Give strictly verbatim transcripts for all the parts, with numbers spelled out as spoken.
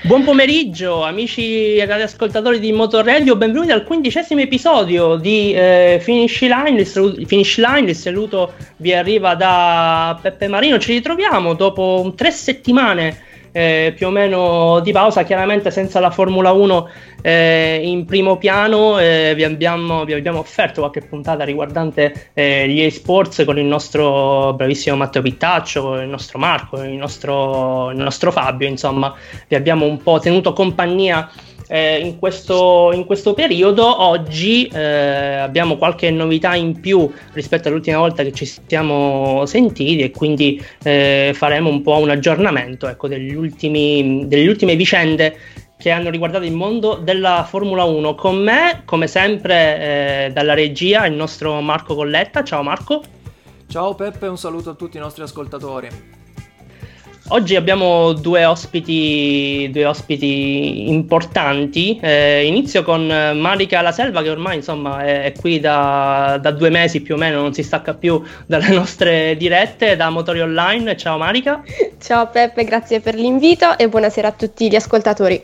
Buon pomeriggio amici e ascoltatori di Motorradio, benvenuti al quindicesimo episodio di eh, Finish Line. Il saluto, Finish Line, il saluto vi arriva da Peppe Marino. Ci ritroviamo dopo tre settimane eh, più o meno di pausa, chiaramente senza la Formula uno eh, in primo piano. Eh, vi, abbiamo, vi abbiamo offerto qualche puntata riguardante eh, gli eSports con il nostro bravissimo Matteo Pittaccio, con il nostro Marco, il nostro, il nostro Fabio. Insomma, vi abbiamo un po' tenuto compagnia Eh, in, questo, in questo periodo. Oggi eh, abbiamo qualche novità in più rispetto all'ultima volta che ci siamo sentiti, e quindi eh, faremo un po' un aggiornamento, ecco, degli ultimi, delle ultime vicende che hanno riguardato il mondo della Formula uno. Con me, come sempre, eh, dalla regia, il nostro Marco Colletta. Ciao Marco. Ciao Peppe, un saluto a tutti i nostri ascoltatori. Oggi abbiamo due ospiti, due ospiti importanti. Eh, inizio con Marica La Selva, che ormai insomma è, è qui da, da due mesi più o meno, non si stacca più dalle nostre dirette da Motori Online. Ciao Marica. Ciao Peppe, grazie per l'invito e buonasera a tutti gli ascoltatori.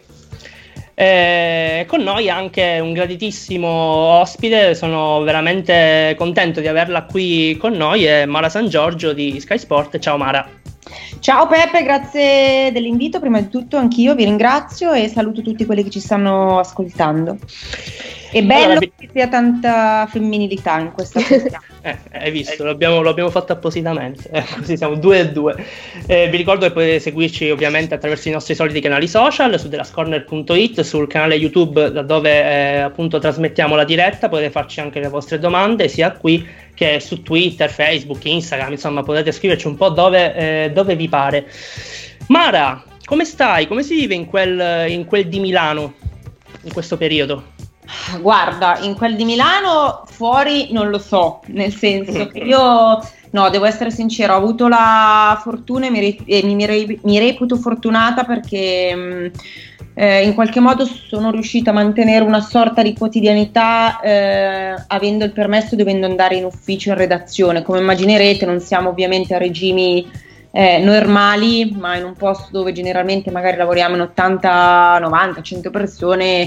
Eh, con noi anche un graditissimo ospite, sono veramente contento di averla qui con noi, è Mara San Giorgio di Sky Sport. Ciao Mara. Ciao Peppe, grazie dell'invito. Prima di tutto anch'io vi ringrazio e saluto tutti quelli che ci stanno ascoltando. È bello allora, che sia tanta femminilità in questa puntata. eh, hai visto, l'abbiamo, l'abbiamo fatto appositamente, eh, così siamo due e due. Eh, vi ricordo che potete seguirci ovviamente attraverso i nostri soliti canali social, su delascorner punto it, sul canale YouTube da dove eh, appunto trasmettiamo la diretta. Potete farci anche le vostre domande sia qui che su Twitter, Facebook, Instagram, insomma potete scriverci un po' dove, eh, dove vi pare. Mara, come stai? Come si vive in quel, in quel di Milano in questo periodo? Guarda, in quel di Milano fuori non lo so, nel senso che io, no, devo essere sincera, ho avuto la fortuna e mi, re- e mi, re- mi reputo fortunata perché mh, eh, in qualche modo sono riuscita a mantenere una sorta di quotidianità eh, avendo il permesso, dovendo andare in ufficio, in redazione. Come immaginerete non siamo ovviamente a regimi Eh, normali, ma in un posto dove generalmente magari lavoriamo in ottanta, novanta, cento persone,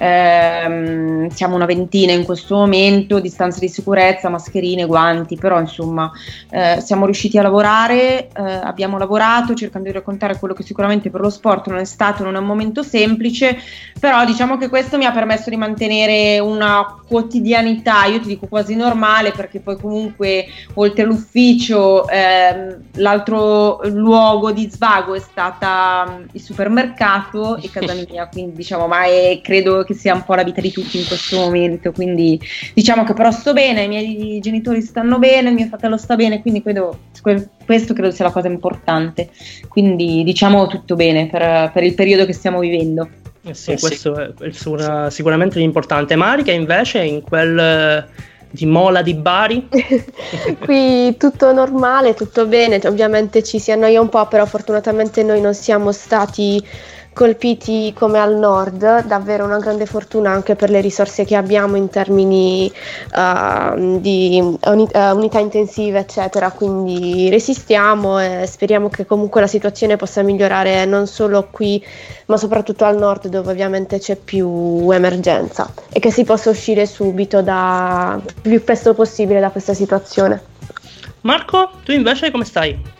ehm, siamo una ventina in questo momento, distanze di sicurezza, mascherine, guanti, però insomma eh, siamo riusciti a lavorare, eh, abbiamo lavorato cercando di raccontare quello che sicuramente per lo sport non è stato, non è un momento semplice, però diciamo che questo mi ha permesso di mantenere una quotidianità, io ti dico quasi normale, perché poi comunque oltre all'ufficio ehm, l'altro luogo di svago è stata um, il supermercato e casa mia, quindi diciamo, ma è, credo che sia un po' la vita di tutti in questo momento, quindi diciamo che però sto bene, i miei genitori stanno bene, il mio fratello sta bene, quindi credo, questo credo sia la cosa importante, quindi diciamo tutto bene per, per il periodo che stiamo vivendo. Eh sì, questo è, è sicuramente l'importante. Marica invece in quel di Mola di Bari? Qui tutto normale, tutto bene, ovviamente ci si annoia un po', però fortunatamente noi non siamo stati colpiti come al nord, davvero una grande fortuna anche per le risorse che abbiamo in termini uh, di uni- uh, unità intensive eccetera, quindi resistiamo e speriamo che comunque la situazione possa migliorare non solo qui ma soprattutto al nord, dove ovviamente c'è più emergenza, e che si possa uscire subito da il più presto possibile da questa situazione. Marco, tu invece come stai?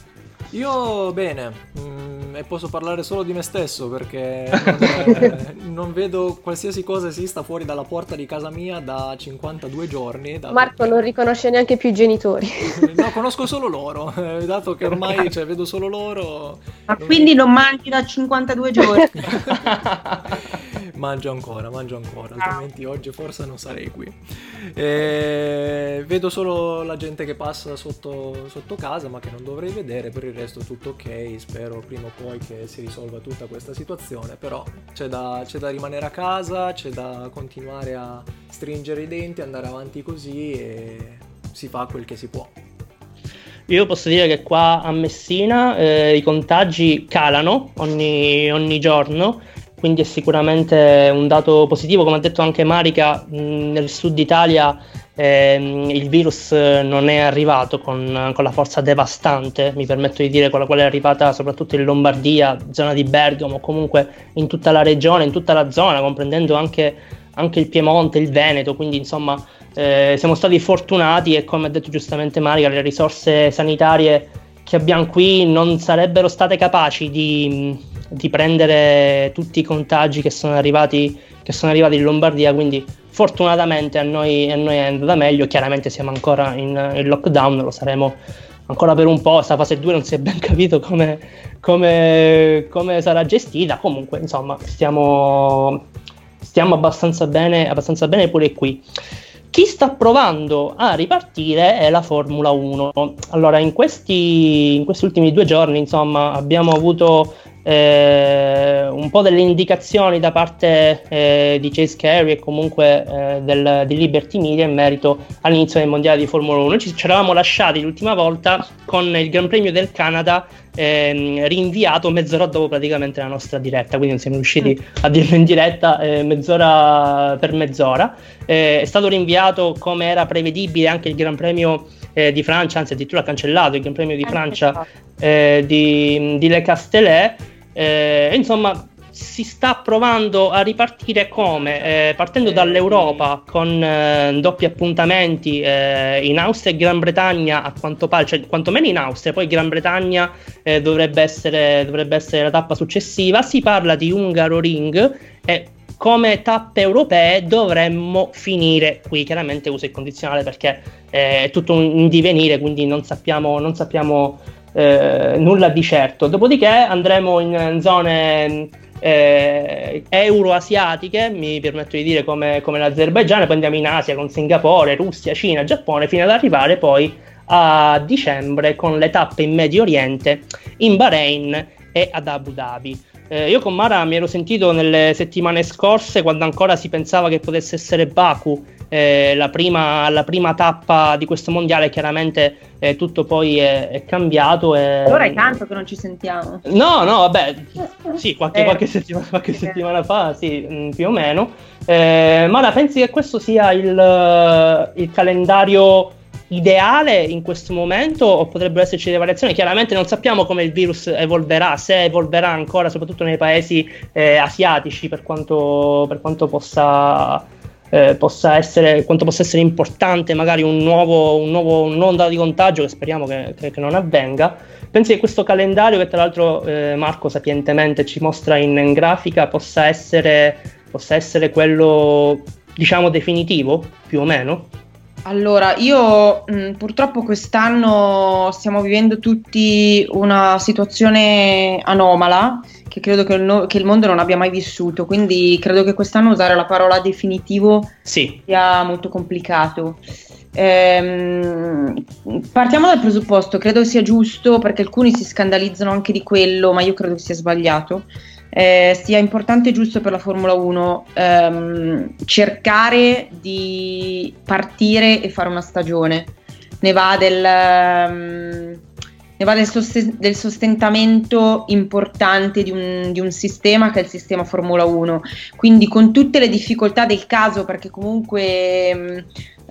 Io bene, mm, e posso parlare solo di me stesso perché non, eh, non vedo qualsiasi cosa esista fuori dalla porta di casa mia da cinquantadue giorni. Marco perché... non riconosce neanche più i genitori. No, conosco solo loro, eh, dato che ormai cioè, vedo solo loro. Ma non quindi mi... non mangi da cinquantadue giorni? Mangio ancora, mangio ancora, altrimenti oggi forse non sarei qui. E vedo solo la gente che passa sotto, sotto casa, ma che non dovrei vedere. Per il resto tutto ok, spero prima o poi che si risolva tutta questa situazione, però c'è da, c'è da rimanere a casa, c'è da continuare a stringere i denti, andare avanti così e si fa quel che si può. Io posso dire che qua a Messina eh, i contagi calano ogni, ogni giorno, quindi è sicuramente un dato positivo. Come ha detto anche Marica, mh, nel sud Italia ehm, il virus non è arrivato con, con la forza devastante, mi permetto di dire, con la quale è arrivata soprattutto in Lombardia, zona di Bergamo, comunque in tutta la regione, in tutta la zona, comprendendo anche, anche il Piemonte, il Veneto, quindi insomma eh, siamo stati fortunati, e come ha detto giustamente Marica, le risorse sanitarie che abbiamo qui non sarebbero state capaci di, di prendere tutti i contagi che sono arrivati che sono arrivati in Lombardia, quindi fortunatamente a noi, a noi è andata meglio. Chiaramente siamo ancora in, in lockdown, lo saremo ancora per un po', questa fase due non si è ben capito come, come, come sarà gestita, comunque insomma stiamo, stiamo abbastanza bene, abbastanza bene pure qui. Chi sta provando a ripartire è la Formula uno. Allora, in questi, in questi ultimi due giorni, insomma, abbiamo avuto eh, un po' delle indicazioni da parte eh, di Chase Carey e comunque eh, del, di Liberty Media in merito all'inizio del mondiale di Formula uno. Ci, ci eravamo lasciati l'ultima volta con il Gran Premio del Canada ehm, rinviato mezz'ora dopo praticamente la nostra diretta, quindi non siamo riusciti a dirlo in diretta eh, mezz'ora per mezz'ora. Eh, è stato rinviato, come era prevedibile, anche il Gran Premio eh, di Francia, anzi addirittura cancellato il Gran Premio di Francia eh, di, di Le Castellet. Eh, insomma, si sta provando a ripartire come? Eh, partendo dall'Europa con eh, doppi appuntamenti eh, in Austria e Gran Bretagna, a quanto pare, cioè quantomeno in Austria, poi Gran Bretagna eh, dovrebbe essere, dovrebbe essere la tappa successiva. Si parla di Hungaroring e come tappe europee dovremmo finire qui. Chiaramente uso il condizionale perché eh, è tutto un divenire, quindi non sappiamo, non sappiamo eh, nulla di certo. Dopodiché andremo in, in zone eh, euroasiatiche, mi permetto di dire, come, come l'Azerbaigian, poi andiamo in Asia con Singapore, Russia, Cina, Giappone, fino ad arrivare poi a dicembre con le tappe in Medio Oriente, in Bahrain e ad Abu Dhabi. Eh, io con Mara mi ero sentito nelle settimane scorse, quando ancora si pensava che potesse essere Baku eh, la, prima, la prima tappa di questo mondiale. Chiaramente eh, tutto poi è, è cambiato. E... Allora è tanto che non ci sentiamo. No, no, vabbè, sì, qualche, eh, qualche, settimana, qualche eh. settimana fa, sì, mh, più o meno. Eh, Mara, pensi che questo sia il, il calendario ideale in questo momento, o potrebbero esserci delle variazioni? Chiaramente non sappiamo come il virus evolverà, se evolverà ancora, soprattutto nei paesi eh, asiatici, per quanto, per quanto possa, eh, possa essere, quanto possa essere importante magari un nuovo, un nuovo un'onda di contagio, che speriamo che, che, che non avvenga. Pensi che questo calendario, che tra l'altro eh, Marco sapientemente ci mostra in, in grafica, possa essere, possa essere quello, diciamo, definitivo, più o meno? Allora, io mh, purtroppo quest'anno stiamo vivendo tutti una situazione anomala che credo che il, no- che il mondo non abbia mai vissuto, quindi credo che quest'anno usare la parola definitivo sì. sia molto complicato. Ehm, partiamo dal presupposto, credo sia giusto, perché alcuni si scandalizzano anche di quello, ma io credo che sia sbagliato. Eh, sia importante e giusto per la Formula uno ehm, cercare di partire e fare una stagione. Ne va del, um, ne va del, sost- del sostentamento importante di un, di un sistema che è il sistema Formula uno, quindi con tutte le difficoltà del caso, perché comunque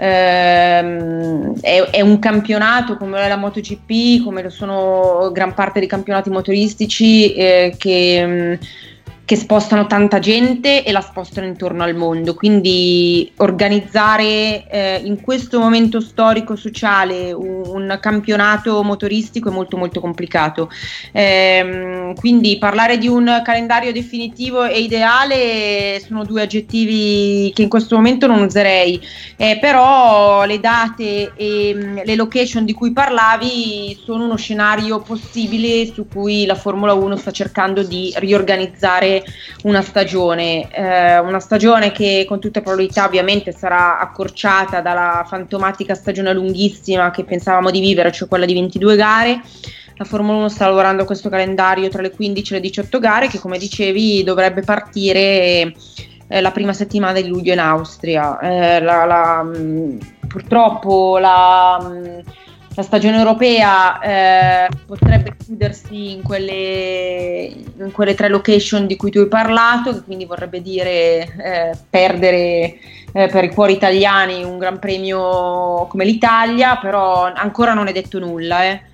ehm, è, è un campionato come è la MotoGP, come lo sono gran parte dei campionati motoristici eh, che che spostano tanta gente e la spostano intorno al mondo, quindi organizzare eh, in questo momento storico sociale un, un campionato motoristico è molto molto complicato. Ehm, quindi parlare di un calendario definitivo e ideale sono due aggettivi che in questo momento non userei, eh, però le date e mh, le location di cui parlavi sono uno scenario possibile su cui la Formula uno sta cercando di riorganizzare una stagione, eh, una stagione che con tutta probabilità ovviamente sarà accorciata dalla fantomatica stagione lunghissima che pensavamo di vivere, cioè quella di ventidue gare. La Formula uno sta lavorando a questo calendario tra le quindici e le diciotto gare, che come dicevi dovrebbe partire eh, la prima settimana di luglio in Austria. Eh, la, la, mh, purtroppo la... Mh, la stagione europea eh, potrebbe chiudersi in quelle, in quelle tre location di cui tu hai parlato, che quindi vorrebbe dire eh, perdere eh, per i cuori italiani un gran premio come l'Italia, però ancora non è detto nulla, eh.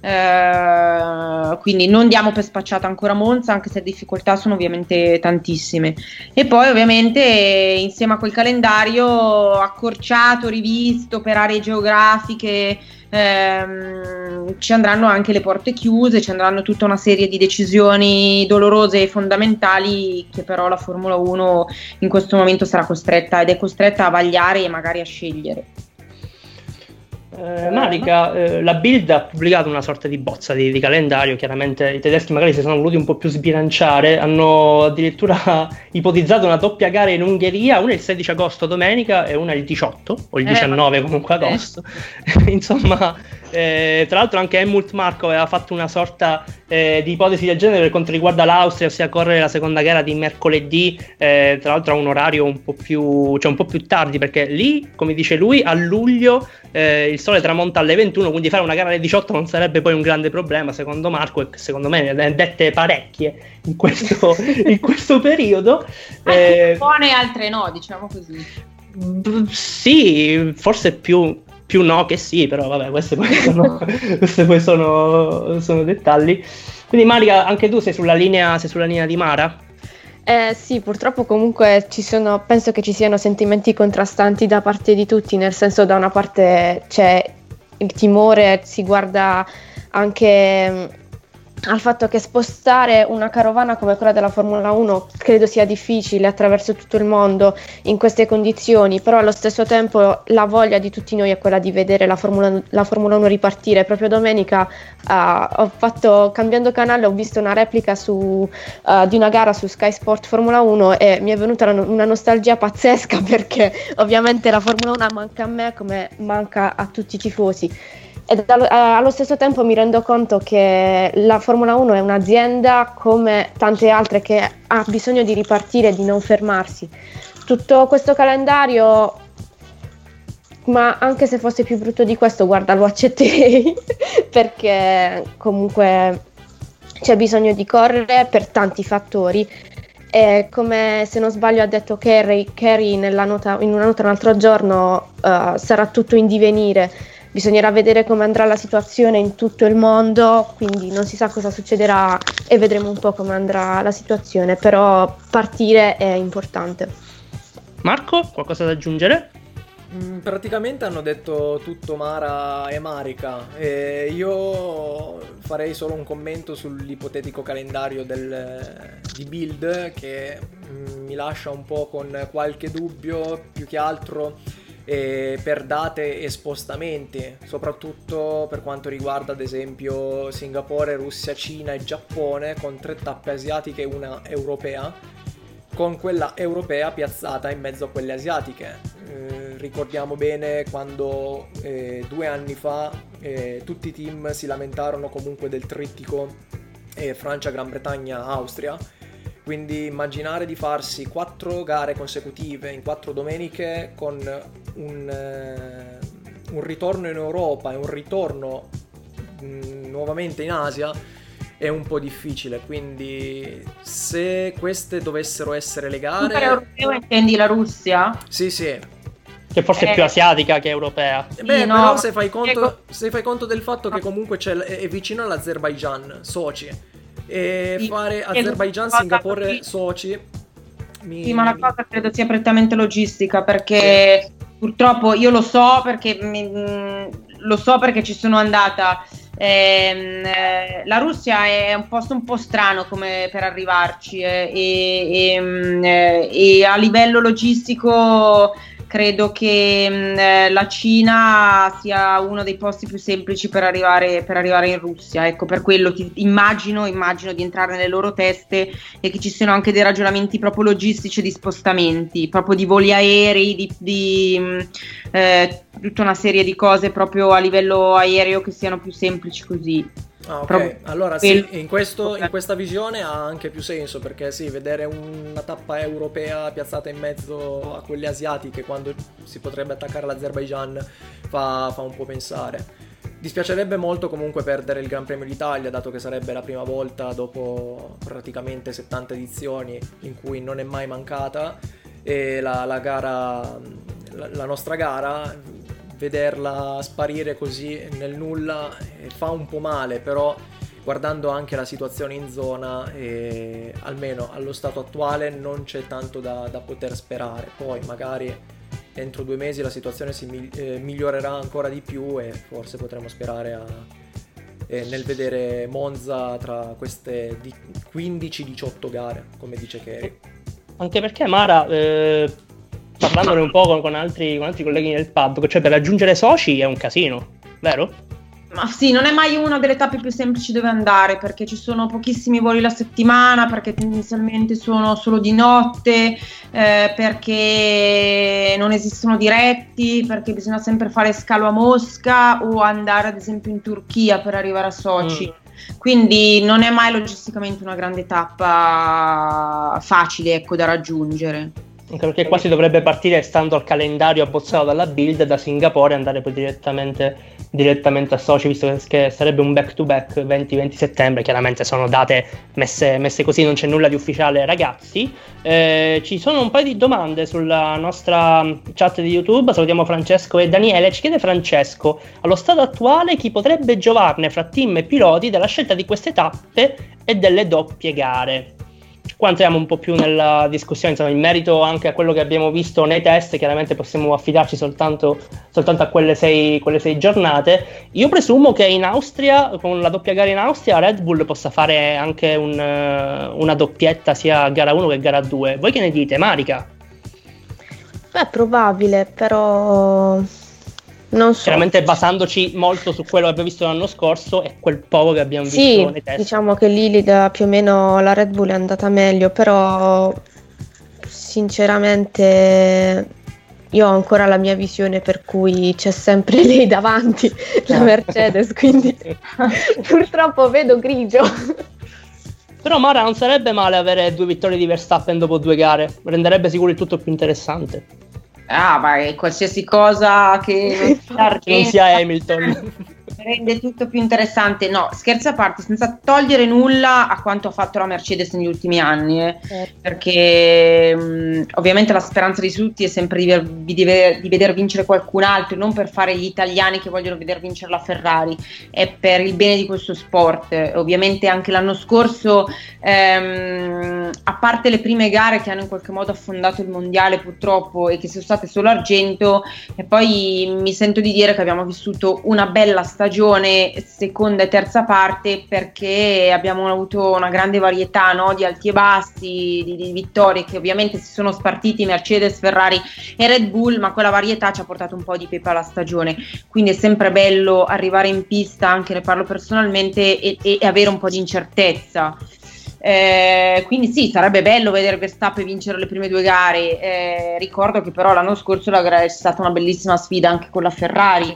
Uh, quindi non diamo per spacciata ancora Monza, anche se le difficoltà sono ovviamente tantissime. E poi ovviamente insieme a quel calendario accorciato, rivisto per aree geografiche, ehm, ci andranno anche le porte chiuse, ci andranno tutta una serie di decisioni dolorose e fondamentali che però la Formula uno in questo momento sarà costretta ed è costretta a vagliare e magari a scegliere. Eh, Marica, eh, la Bild ha pubblicato una sorta di bozza di, di calendario. Chiaramente i tedeschi magari si sono voluti un po' più sbilanciare, hanno addirittura ipotizzato una doppia gara in Ungheria, una il sedici agosto domenica e una il diciotto o il diciannove comunque agosto. Eh. Insomma, eh, tra l'altro anche Helmut Marko aveva fatto una sorta eh, di ipotesi del genere per quanto riguarda l'Austria, ossia correre la seconda gara di mercoledì, eh, tra l'altro a un orario un po' più, cioè un po' più tardi, perché lì, come dice lui, a luglio eh, il sole tramonta alle ventuno, quindi fare una gara alle diciotto non sarebbe poi un grande problema, secondo Marco, e secondo me ne ha dette parecchie in questo, in questo periodo. Altre eh, buone, altre no, diciamo così. B- sì, forse più, più no che sì, però vabbè, queste poi sono, queste poi sono, sono dettagli. Quindi Marica, anche tu sei sulla linea, sei sulla linea di Mara? Eh, sì, purtroppo comunque ci sono, penso che ci siano sentimenti contrastanti da parte di tutti, nel senso, da una parte c'è il timore, si guarda anche mh, al fatto che spostare una carovana come quella della Formula uno credo sia difficile attraverso tutto il mondo in queste condizioni, però allo stesso tempo la voglia di tutti noi è quella di vedere la Formula, la Formula uno ripartire. Proprio domenica uh, ho fatto, cambiando canale, ho visto una replica su, uh, di una gara su Sky Sport Formula uno e mi è venuta una, una nostalgia pazzesca, perché ovviamente la Formula uno manca a me come manca a tutti i tifosi. Ed allo, allo stesso tempo mi rendo conto che la Formula uno è un'azienda come tante altre che ha bisogno di ripartire e di non fermarsi. Tutto questo calendario, ma anche se fosse più brutto di questo, guarda, lo accetterei perché comunque c'è bisogno di correre per tanti fattori. E come, se non sbaglio, ha detto Kerry, Kerry nella nota, in una nota un altro giorno, uh, sarà tutto in divenire. Bisognerà vedere come andrà la situazione in tutto il mondo, quindi non si sa cosa succederà e vedremo un po' come andrà la situazione, però partire è importante. Marco, qualcosa da aggiungere? Mm, praticamente hanno detto tutto Mara e Marica, e io farei solo un commento sull'ipotetico calendario del, di Bild, che mm, mi lascia un po' con qualche dubbio, più che altro E per date e spostamenti, soprattutto per quanto riguarda ad esempio Singapore, Russia, Cina e Giappone, con tre tappe asiatiche e una europea, con quella europea piazzata in mezzo a quelle asiatiche. Eh, ricordiamo bene quando eh, due anni fa eh, tutti i team si lamentarono comunque del trittico eh, Francia, Gran Bretagna, Austria. Quindi immaginare di farsi quattro gare consecutive in quattro domeniche con un, eh, un ritorno in Europa e un ritorno mh, nuovamente in Asia è un po' difficile. Quindi se queste dovessero essere le gare... Super europeo intendi la Russia? Sì, sì. Che forse eh. è più asiatica che europea. Beh, sì, no, però se fai, conto, se fai conto del fatto che comunque c'è, è vicino all'Azerbaijan, Sochi, e sì, fare Azerbaijan, Singapore, Sochi mi... Sì, ma la cosa credo sia prettamente logistica, perché sì. Purtroppo io lo so perché mi, lo so perché ci sono andata. Ehm, eh, la Russia è un posto un po' strano come per arrivarci eh, e, e, e a livello logistico credo che mh, la Cina sia uno dei posti più semplici per arrivare, per arrivare in Russia. Ecco, per quello ti, immagino, immagino di entrare nelle loro teste e che ci siano anche dei ragionamenti proprio logistici di spostamenti, proprio di voli aerei, di, di mh, eh, tutta una serie di cose proprio a livello aereo che siano più semplici così. Ah, ok, Proprio allora sì, in, questo, in questa visione ha anche più senso, perché sì, vedere una tappa europea piazzata in mezzo a quelle asiatiche quando si potrebbe attaccare l'Azerbaijan fa, fa un po' pensare. Dispiacerebbe molto comunque perdere il Gran Premio d'Italia, dato che sarebbe la prima volta dopo praticamente settanta edizioni in cui non è mai mancata, e la, la gara, la, la nostra gara, vederla sparire così nel nulla eh, fa un po' male, però guardando anche la situazione in zona, eh, almeno allo stato attuale non c'è tanto da, da poter sperare. Poi magari entro due mesi la situazione si mi- eh, migliorerà ancora di più e forse potremo sperare a, eh, nel vedere Monza tra queste di- quindici diciotto gare, come dice Kerry. Anche perché Mara, eh, parlandone un po' con, con, altri, con altri colleghi nel pub, cioè per raggiungere soci è un casino, vero? Ma sì, non è mai una delle tappe più semplici dove andare, perché ci sono pochissimi voli la settimana, perché tendenzialmente sono solo di notte, eh, perché non esistono diretti, perché bisogna sempre fare scalo a Mosca o andare ad esempio in Turchia per arrivare a Sochi. Mm. Quindi non è mai logisticamente una grande tappa facile, ecco, da raggiungere. Anche perché qua si dovrebbe partire stando al calendario abbozzato dalla Build da Singapore e andare poi direttamente, direttamente a Sochi, visto che sarebbe un back to back venti venti settembre. Chiaramente sono date messe, messe così, non c'è nulla di ufficiale, ragazzi. Eh, ci sono un paio di domande sulla nostra chat di YouTube. Salutiamo Francesco e Daniele. Ci chiede Francesco: allo stato attuale chi potrebbe giovarne fra team e piloti della scelta di queste tappe e delle doppie gare? Qua entriamo un po' più nella discussione, insomma, in merito anche a quello che abbiamo visto nei test. Chiaramente possiamo affidarci soltanto, soltanto a quelle sei, quelle sei giornate. Io presumo che in Austria, con la doppia gara in Austria, Red Bull possa fare anche un, una doppietta sia gara uno che gara due. Voi che ne dite, Marica? È probabile, però non so. Chiaramente basandoci molto su quello che abbiamo visto l'anno scorso e quel poco che abbiamo visto sì, nei test. Diciamo che lì più o meno la Red Bull è andata meglio, però sinceramente io ho ancora la mia visione per cui c'è sempre lì davanti la Mercedes, quindi purtroppo vedo grigio. Però Mara, non sarebbe male avere due vittorie di Verstappen dopo due gare, renderebbe sicuro il tutto più interessante. Ah, ma qualsiasi cosa che non sia, non sia Hamilton rende tutto più interessante. No, scherzi a parte, senza togliere nulla a quanto ha fatto la Mercedes negli ultimi anni, eh. eh. perché mh, ovviamente la speranza di tutti è sempre di, ver- di, ver- di veder vincere qualcun altro, non per fare gli italiani che vogliono veder vincere la Ferrari, è per il bene di questo sport. Ovviamente anche l'anno scorso, ehm, a parte le prime gare che hanno in qualche modo affondato il mondiale purtroppo e che sono state solo argento, e poi mi sento di dire che abbiamo vissuto una bella stagione seconda e terza parte, perché abbiamo avuto una grande varietà, no? Di alti e bassi, di, di vittorie che ovviamente si sono spartiti Mercedes, Ferrari e Red Bull, ma quella varietà ci ha portato un po' di pepe alla stagione, quindi è sempre bello arrivare in pista, anche ne parlo personalmente, e, e avere un po' di incertezza. Eh, quindi sì, sarebbe bello vedere Verstappen vincere le prime due gare. Eh, ricordo che però l'anno scorso è stata una bellissima sfida anche con la Ferrari,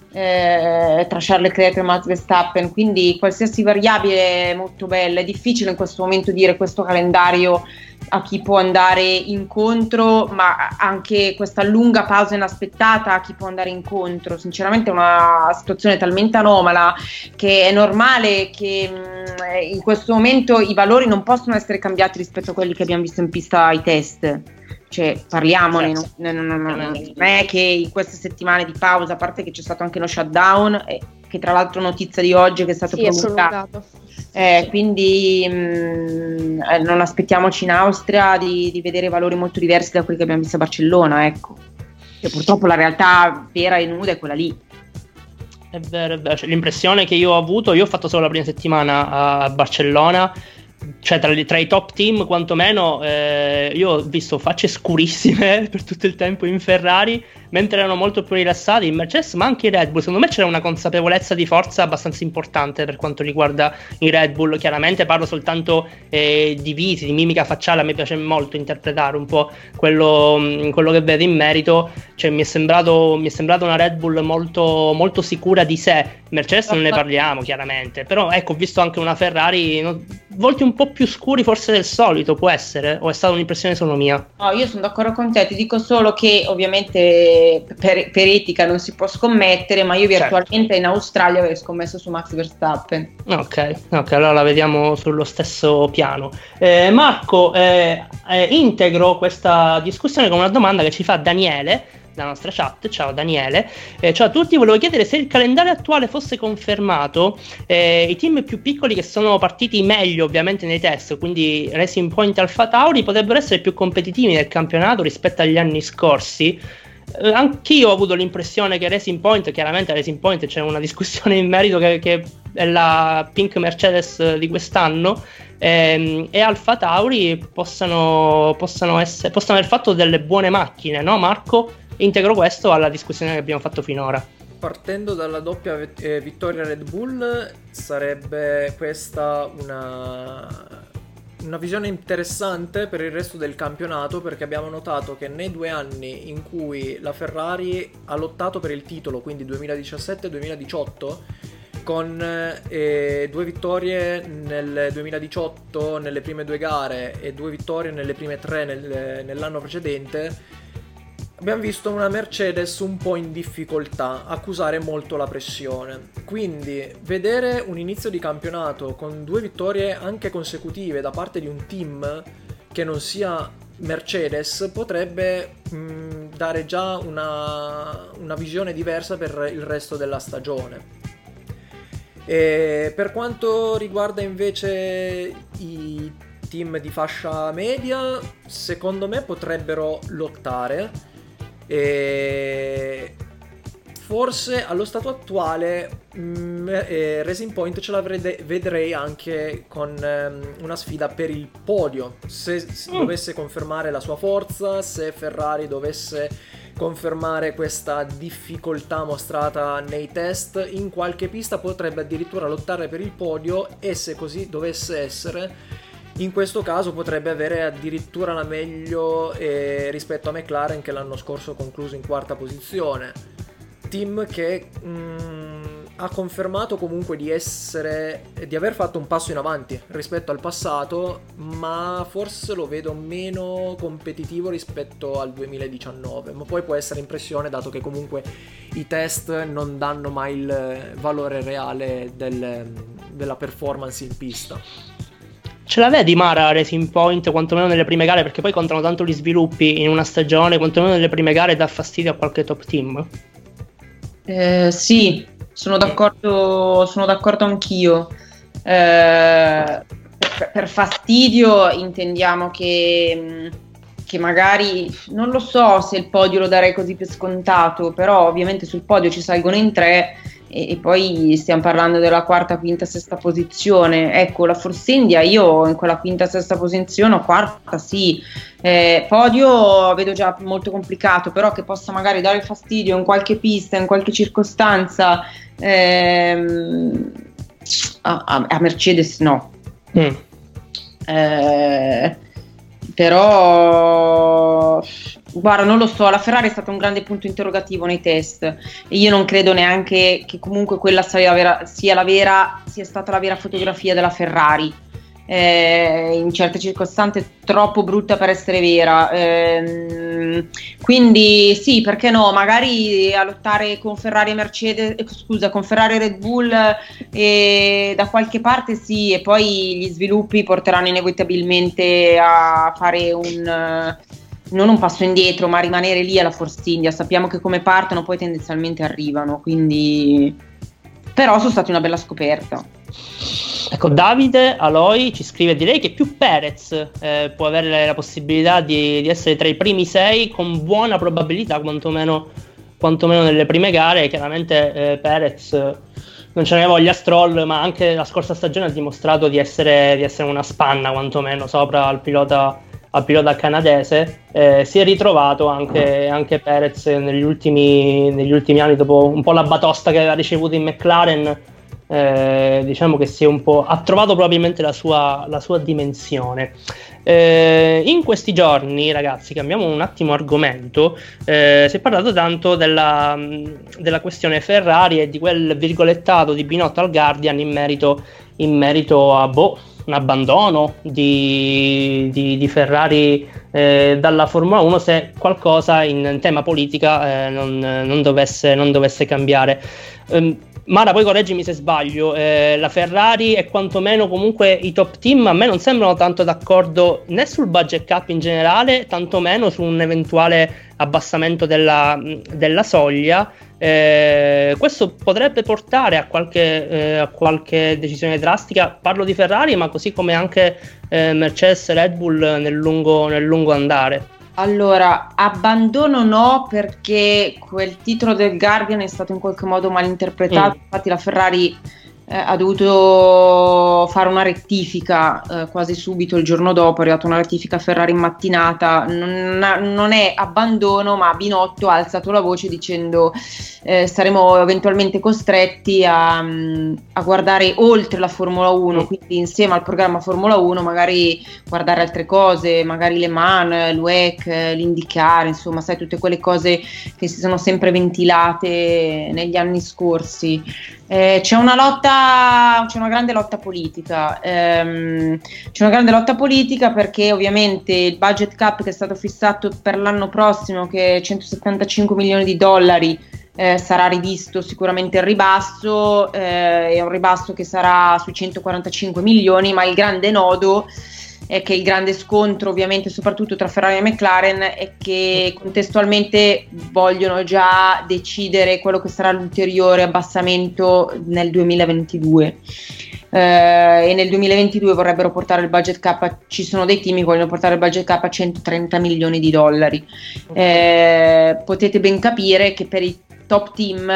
eh, tra Charles Leclerc e Max Verstappen, quindi qualsiasi variabile è molto bella. È difficile in questo momento dire questo calendario a chi può andare incontro, ma anche questa lunga pausa inaspettata a chi può andare incontro. Sinceramente è una situazione talmente anomala che è normale che mh, in questo momento i valori non possono essere cambiati rispetto a quelli che abbiamo visto in pista ai test. Cioè, parliamone, non, non, non, non è che in queste settimane di pausa, a parte che c'è stato anche lo shutdown, eh, che tra l'altro notizia di oggi che è stato sì, prolungato, eh, sì. Quindi mh, eh, non aspettiamoci in Austria di, di vedere valori molto diversi da quelli che abbiamo visto a Barcellona, ecco. E purtroppo la realtà vera e nuda è quella lì. È vero, è vero. Cioè, l'impressione che io ho avuto, io ho fatto solo la prima settimana a Barcellona, cioè tra, tra i top team quantomeno, eh, io ho visto facce scurissime per tutto il tempo in Ferrari, mentre erano molto più rilassati in Mercedes, ma anche in Red Bull. Secondo me c'era una consapevolezza di forza abbastanza importante per quanto riguarda i Red Bull. Chiaramente parlo soltanto eh, di visi, di mimica facciale. A me piace molto interpretare un po' quello, quello che vedo in merito. Cioè mi è sembrato mi è sembrata una Red Bull molto, molto sicura di sé. Mercedes non ne parliamo chiaramente, però ecco, ho visto anche una Ferrari no, volti un po' più scuri forse del solito, può essere? O è stata un'impressione solo mia? No, io sono d'accordo con te, ti dico solo che ovviamente per, per etica non si può scommettere, ma io virtualmente certo. in Australia avevo scommesso su Max Verstappen. Ok, ok, allora la vediamo sullo stesso piano. Eh, Marco, eh, eh, integro questa discussione con una domanda che ci fa Daniele, la nostra chat. Ciao Daniele, eh, ciao a tutti, volevo chiedere se il calendario attuale fosse confermato, eh, i team più piccoli che sono partiti meglio ovviamente nei test, quindi Racing Point e Alfa Tauri, potrebbero essere più competitivi nel campionato rispetto agli anni scorsi. Eh, anch'io ho avuto l'impressione che Racing Point, chiaramente Racing Point c'è una discussione in merito che, che è la Pink Mercedes di quest'anno, ehm, e Alfa Tauri possano, possano, essere, possano aver fatto delle buone macchine, no Marco? Integro questo alla discussione che abbiamo fatto finora. Partendo dalla doppia eh, vittoria Red Bull, sarebbe questa una, una visione interessante per il resto del campionato, perché abbiamo notato che nei due anni in cui la Ferrari ha lottato per il titolo, quindi duemiladiciassette e duemiladiciotto, con eh, due vittorie nel duemiladiciotto nelle prime due gare e due vittorie nelle prime tre nel, nell'anno precedente, abbiamo visto una Mercedes un po' in difficoltà, accusare molto la pressione. Quindi vedere un inizio di campionato con due vittorie anche consecutive da parte di un team che non sia Mercedes potrebbe mh, dare già una, una visione diversa per il resto della stagione. E per quanto riguarda invece i team di fascia media, secondo me potrebbero lottare. E forse allo stato attuale mh, eh, Racing Point ce la vede- vedrei anche con um, una sfida per il podio, se si mm. dovesse confermare la sua forza, se Ferrari dovesse confermare questa difficoltà mostrata nei test, in qualche pista potrebbe addirittura lottare per il podio, e se così dovesse essere, in questo caso potrebbe avere addirittura la meglio eh, rispetto a McLaren, che l'anno scorso ha concluso in quarta posizione. Team che mh, ha confermato comunque di essere di aver fatto un passo in avanti rispetto al passato, ma forse lo vedo meno competitivo rispetto al duemiladiciannove, ma poi può essere impressione, dato che comunque i test non danno mai il valore reale del, della performance in pista. Ce la vedi Mara Racing Point quantomeno nelle prime gare, perché poi contano tanto gli sviluppi in una stagione, quantomeno nelle prime gare dà fastidio a qualche top team? Eh, sì, sono d'accordo, sono d'accordo anch'io. Eh, per, per fastidio intendiamo che, che magari, non lo so se il podio lo darei così per scontato, però ovviamente sul podio ci salgono in tre, e, e poi stiamo parlando della quarta, quinta, sesta posizione. Ecco, la Force India io in quella quinta, sesta posizione o quarta sì, eh, podio vedo già molto complicato, però che possa magari dare fastidio in qualche pista, in qualche circostanza, ehm, a, a, a Mercedes no. mm. eh, però guarda, non lo so, la Ferrari è stato un grande punto interrogativo nei test, e io non credo neanche che comunque quella sia la vera, sia, la vera, sia stata la vera fotografia della Ferrari. Eh, in certe circostanze troppo brutta per essere vera, eh, quindi sì, perché no, magari a lottare con Ferrari e Mercedes, eh, scusa, con Ferrari e Red Bull, eh, da qualche parte sì, e poi gli sviluppi porteranno inevitabilmente a fare un non un passo indietro, ma rimanere lì alla Force India. Sappiamo che come partono poi tendenzialmente arrivano, quindi però sono stati una bella scoperta. Ecco, Davide Aloi ci scrive: direi che più Perez eh, può avere la possibilità di, di essere tra i primi sei, con buona probabilità, quantomeno, quantomeno nelle prime gare. Chiaramente eh, Perez, non ce ne voglia Stroll, ma anche la scorsa stagione ha dimostrato di essere, di essere una spanna quantomeno sopra al pilota al pilota canadese. Eh, si è ritrovato anche, anche Perez negli ultimi, negli ultimi anni, dopo un po' la batosta che aveva ricevuto in McLaren. Eh, diciamo che si è un po' ha trovato probabilmente la sua, la sua dimensione. Eh, in questi giorni, ragazzi, cambiamo un attimo argomento. Eh, si è parlato tanto della, della questione Ferrari e di quel virgolettato di Binotto al Guardian in merito in merito a boh, un abbandono di, di, di Ferrari eh, dalla Formula uno se qualcosa in, in tema politica eh, non, non, dovesse, non dovesse cambiare. Um, Mara, poi correggimi se sbaglio, eh, la Ferrari e quantomeno comunque i top team a me non sembrano tanto d'accordo né sul budget cap in generale, tantomeno su un eventuale abbassamento della, della soglia. Eh, questo potrebbe portare a qualche, eh, a qualche decisione drastica, parlo di Ferrari ma così come anche eh, Mercedes e Red Bull nel lungo, nel lungo andare. Allora, abbandono no, perché quel titolo del Guardian è stato in qualche modo mal interpretato, mm. infatti la Ferrari eh, ha dovuto fare una rettifica eh, quasi subito il giorno dopo, è arrivata una rettifica Ferrari in mattinata, non, non è abbandono, ma Binotto ha alzato la voce dicendo eh, saremo eventualmente costretti a, a guardare oltre la Formula uno, mm. quindi insieme al programma Formula uno magari guardare altre cose, magari Le Mans, l'U E C, l'IndyCar, insomma sai tutte quelle cose che si sono sempre ventilate negli anni scorsi. Eh, c'è una lotta, c'è una grande lotta politica, ehm, c'è una grande lotta politica perché ovviamente il budget cap che è stato fissato per l'anno prossimo, che è centosettantacinque milioni di dollari, eh, sarà rivisto sicuramente al ribasso, eh, è un ribasso che sarà sui centoquarantacinque milioni, ma il grande nodo è che il grande scontro ovviamente soprattutto tra Ferrari e McLaren è che contestualmente vogliono già decidere quello che sarà l'ulteriore abbassamento nel duemilaventidue eh, e nel duemilaventidue vorrebbero portare il budget cap, ci sono dei team che vogliono portare il budget cap a centotrenta milioni di dollari. Eh, potete ben capire che per i top team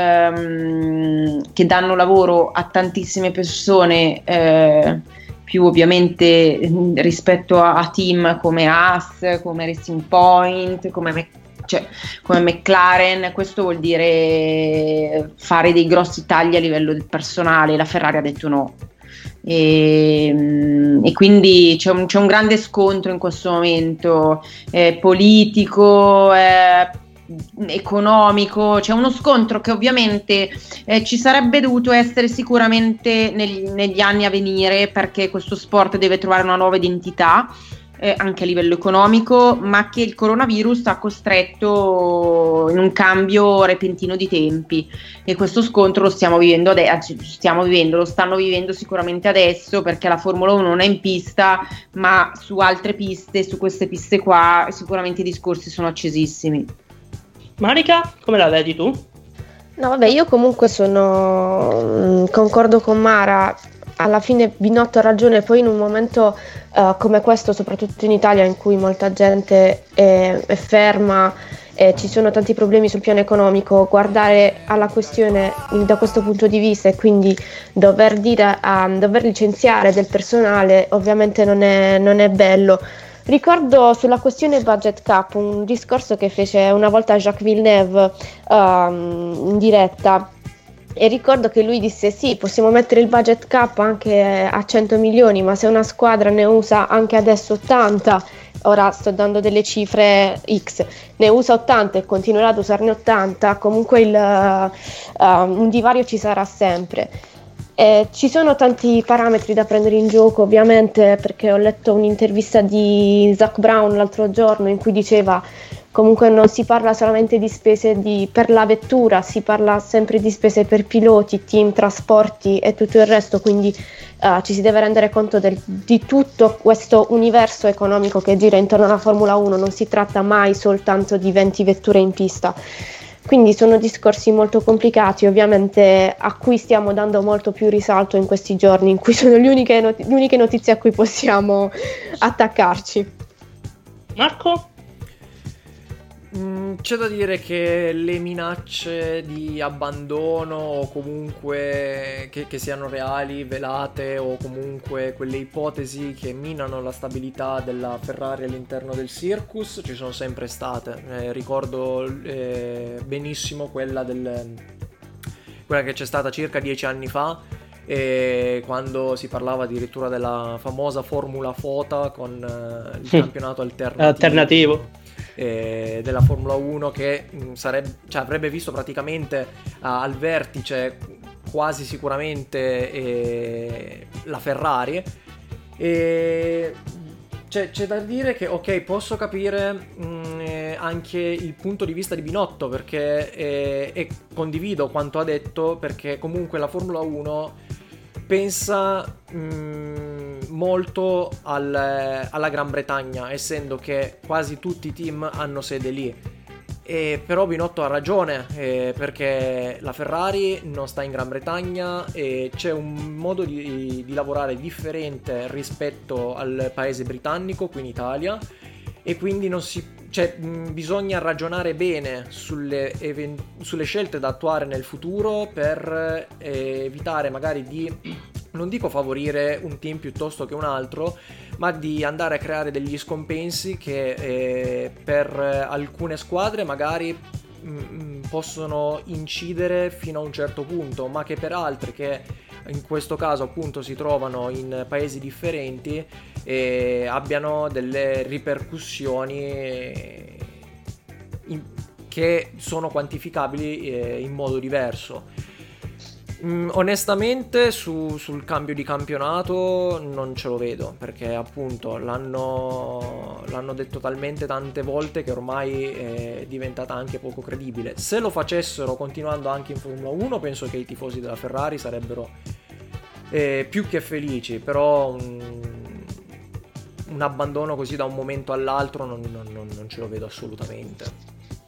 ehm, che danno lavoro a tantissime persone, eh, più ovviamente rispetto a, a team come Haas, come Racing Point, come, cioè, come McLaren, questo vuol dire fare dei grossi tagli a livello del personale. La Ferrari ha detto no, e, e quindi c'è un, c'è un grande scontro in questo momento, eh, politico, eh, economico, c'è uno scontro che ovviamente eh, ci sarebbe dovuto essere sicuramente negli, negli anni a venire, perché questo sport deve trovare una nuova identità eh, anche a livello economico, ma che il coronavirus ha costretto in un cambio repentino di tempi, e questo scontro lo stiamo vivendo adesso, stiamo vivendo, lo stanno vivendo sicuramente adesso, perché la Formula uno non è in pista, ma su altre piste, su queste piste qua sicuramente i discorsi sono accesissimi. Marica, come la vedi tu? No, vabbè, io comunque sono concordo con Mara. Alla fine Binotto ha ragione, poi in un momento uh, come questo, soprattutto in Italia, in cui molta gente è, è ferma e ci sono tanti problemi sul piano economico, guardare alla questione da questo punto di vista e quindi dover dire a dover licenziare del personale ovviamente non è, non è bello. Ricordo sulla questione budget cap un discorso che fece una volta Jacques Villeneuve um, in diretta, e ricordo che lui disse sì, possiamo mettere il budget cap anche a cento milioni, ma se una squadra ne usa anche adesso ottanta, ora sto dando delle cifre X, ne usa ottanta e continuerà ad usarne ottanta, comunque il, uh, uh, un divario ci sarà sempre. Eh, ci sono tanti parametri da prendere in gioco, ovviamente, perché ho letto un'intervista di Zach Brown l'altro giorno in cui diceva comunque non si parla solamente di spese di, per la vettura, si parla sempre di spese per piloti, team, trasporti e tutto il resto, quindi uh, ci si deve rendere conto del, di tutto questo universo economico che gira intorno alla Formula uno, non si tratta mai soltanto di venti vetture in pista. Quindi sono discorsi molto complicati, ovviamente, a cui stiamo dando molto più risalto in questi giorni, in cui sono le uniche, not- le uniche notizie a cui possiamo attaccarci. Marco? Mm, c'è da dire che le minacce di abbandono o comunque che, che siano reali, velate, o comunque quelle ipotesi che minano la stabilità della Ferrari all'interno del circus ci sono sempre state. Eh, ricordo eh, benissimo quella del quella che c'è stata circa dieci anni fa, e quando si parlava addirittura della famosa Formula Fota con eh, il campionato alternativo. alternativo. Eh, della Formula uno che mh, sarebbe, cioè, avrebbe visto praticamente uh, al vertice quasi sicuramente eh, la Ferrari. E c'è, c'è da dire che ok, posso capire mh, eh, anche il punto di vista di Binotto, perché eh, e condivido quanto ha detto, perché comunque la Formula uno pensa mh, molto al, alla Gran Bretagna, essendo che quasi tutti i team hanno sede lì. E però Binotto ha ragione, eh, perché la Ferrari non sta in Gran Bretagna e c'è un modo di, di lavorare differente rispetto al paese britannico, qui in Italia, e quindi non si, cioè, mh, bisogna ragionare bene sulle, even- sulle scelte da attuare nel futuro per eh, evitare magari di, non dico favorire un team piuttosto che un altro, ma di andare a creare degli scompensi che eh, per alcune squadre magari mh, possono incidere fino a un certo punto, ma che per altre, che in questo caso appunto si trovano in paesi differenti, eh, abbiano delle ripercussioni eh, in, che sono quantificabili eh, in modo diverso. Mm, onestamente su, sul cambio di campionato non ce lo vedo, perché appunto l'hanno, l'hanno detto talmente tante volte che ormai è diventata anche poco credibile. Se lo facessero continuando anche in Formula uno, penso che i tifosi della Ferrari sarebbero eh, più che felici, però un, un abbandono così da un momento all'altro non, non, non, non ce lo vedo assolutamente.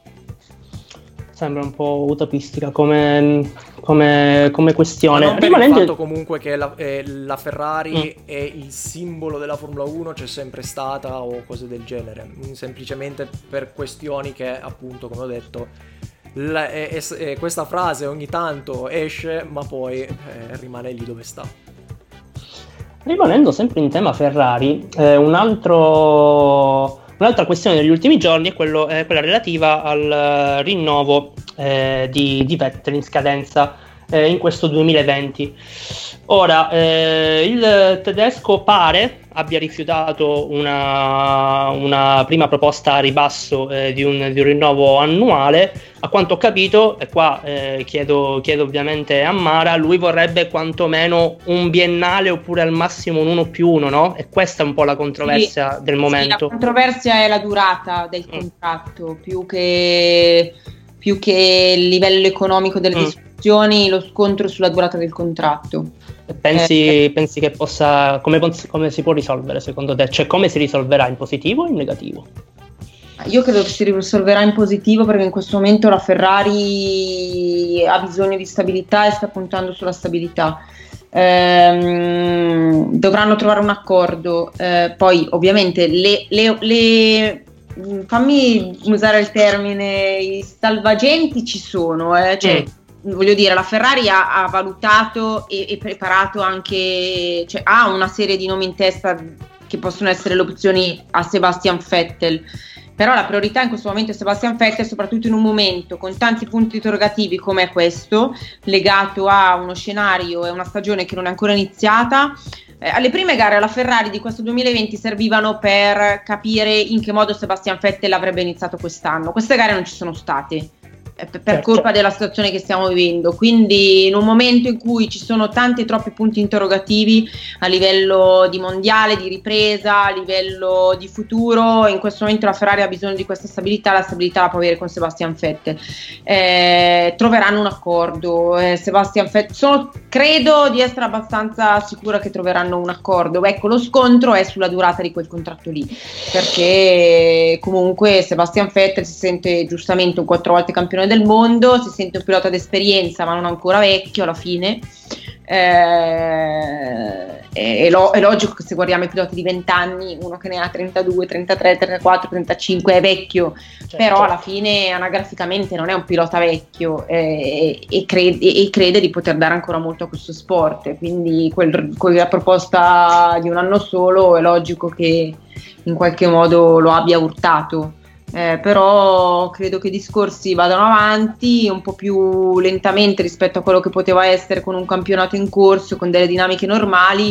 Sembra un po' utopistica come, come, come questione. Ma non per Rimanendo... il fatto comunque che la, eh, la Ferrari mm. è il simbolo della Formula uno, c'è sempre stata o cose del genere, semplicemente per questioni che appunto, come ho detto, la, è, è, è, questa frase ogni tanto esce ma poi eh, rimane lì dove sta. Rimanendo sempre in tema Ferrari, eh, un altro... Un'altra questione degli ultimi giorni è, quello, è quella relativa al rinnovo eh, di, di Vettel in scadenza eh, in questo duemilaventi. Ora, eh, il tedesco pare abbia rifiutato una, una prima proposta a ribasso eh, di, un, di un rinnovo annuale. A quanto ho capito, e qua eh, chiedo, chiedo ovviamente a Mara, lui vorrebbe quantomeno un biennale oppure al massimo un uno più uno, no? E questa è un po' la controversia sì, del momento. Sì, la controversia è la durata del contratto, mm. più che più che il livello economico delle mm. discussioni, lo scontro sulla durata del contratto. Pensi, eh, pensi che possa, come, come si può risolvere secondo te? Cioè, come si risolverà, in positivo o in negativo? Io credo che si risolverà in positivo, perché in questo momento la Ferrari ha bisogno di stabilità e sta puntando sulla stabilità. Ehm, dovranno trovare un accordo, eh, poi ovviamente le, le, le fammi usare il termine, i salvagenti ci sono, eh, cioè mm. voglio dire, la Ferrari ha, ha valutato e, e preparato anche, cioè ha una serie di nomi in testa che possono essere le opzioni a Sebastian Vettel, però la priorità in questo momento è Sebastian Vettel, soprattutto in un momento con tanti punti interrogativi come è questo, legato a uno scenario e una stagione che non è ancora iniziata. Eh, alle prime gare alla Ferrari di questo duemilaventi servivano per capire in che modo Sebastian Vettel avrebbe iniziato quest'anno. Queste gare non ci sono state per certo. colpa della situazione che stiamo vivendo, quindi in un momento in cui ci sono tanti e troppi punti interrogativi a livello di mondiale, di ripresa, a livello di futuro, in questo momento la Ferrari ha bisogno di questa stabilità, la stabilità la può avere con Sebastian Vettel. Eh, troveranno un accordo, eh, Sebastian Vettel, sono, credo di essere abbastanza sicura che troveranno un accordo. Ecco, lo scontro è sulla durata di quel contratto lì, perché comunque Sebastian Vettel si sente giustamente un quattro volte campione del mondo, si sente un pilota d'esperienza ma non ancora vecchio alla fine, eh, è, è, lo, è logico che se guardiamo i piloti di venti anni, uno che ne ha trentadue, trentatré, trentaquattro, trentacinque è vecchio, certo. Però alla fine anagraficamente non è un pilota vecchio, eh, e, crede, e crede di poter dare ancora molto a questo sport, quindi quel, quella proposta di un anno solo è logico che in qualche modo lo abbia urtato. Eh, però credo che i discorsi vadano avanti un po' più lentamente rispetto a quello che poteva essere con un campionato in corso, con delle dinamiche normali,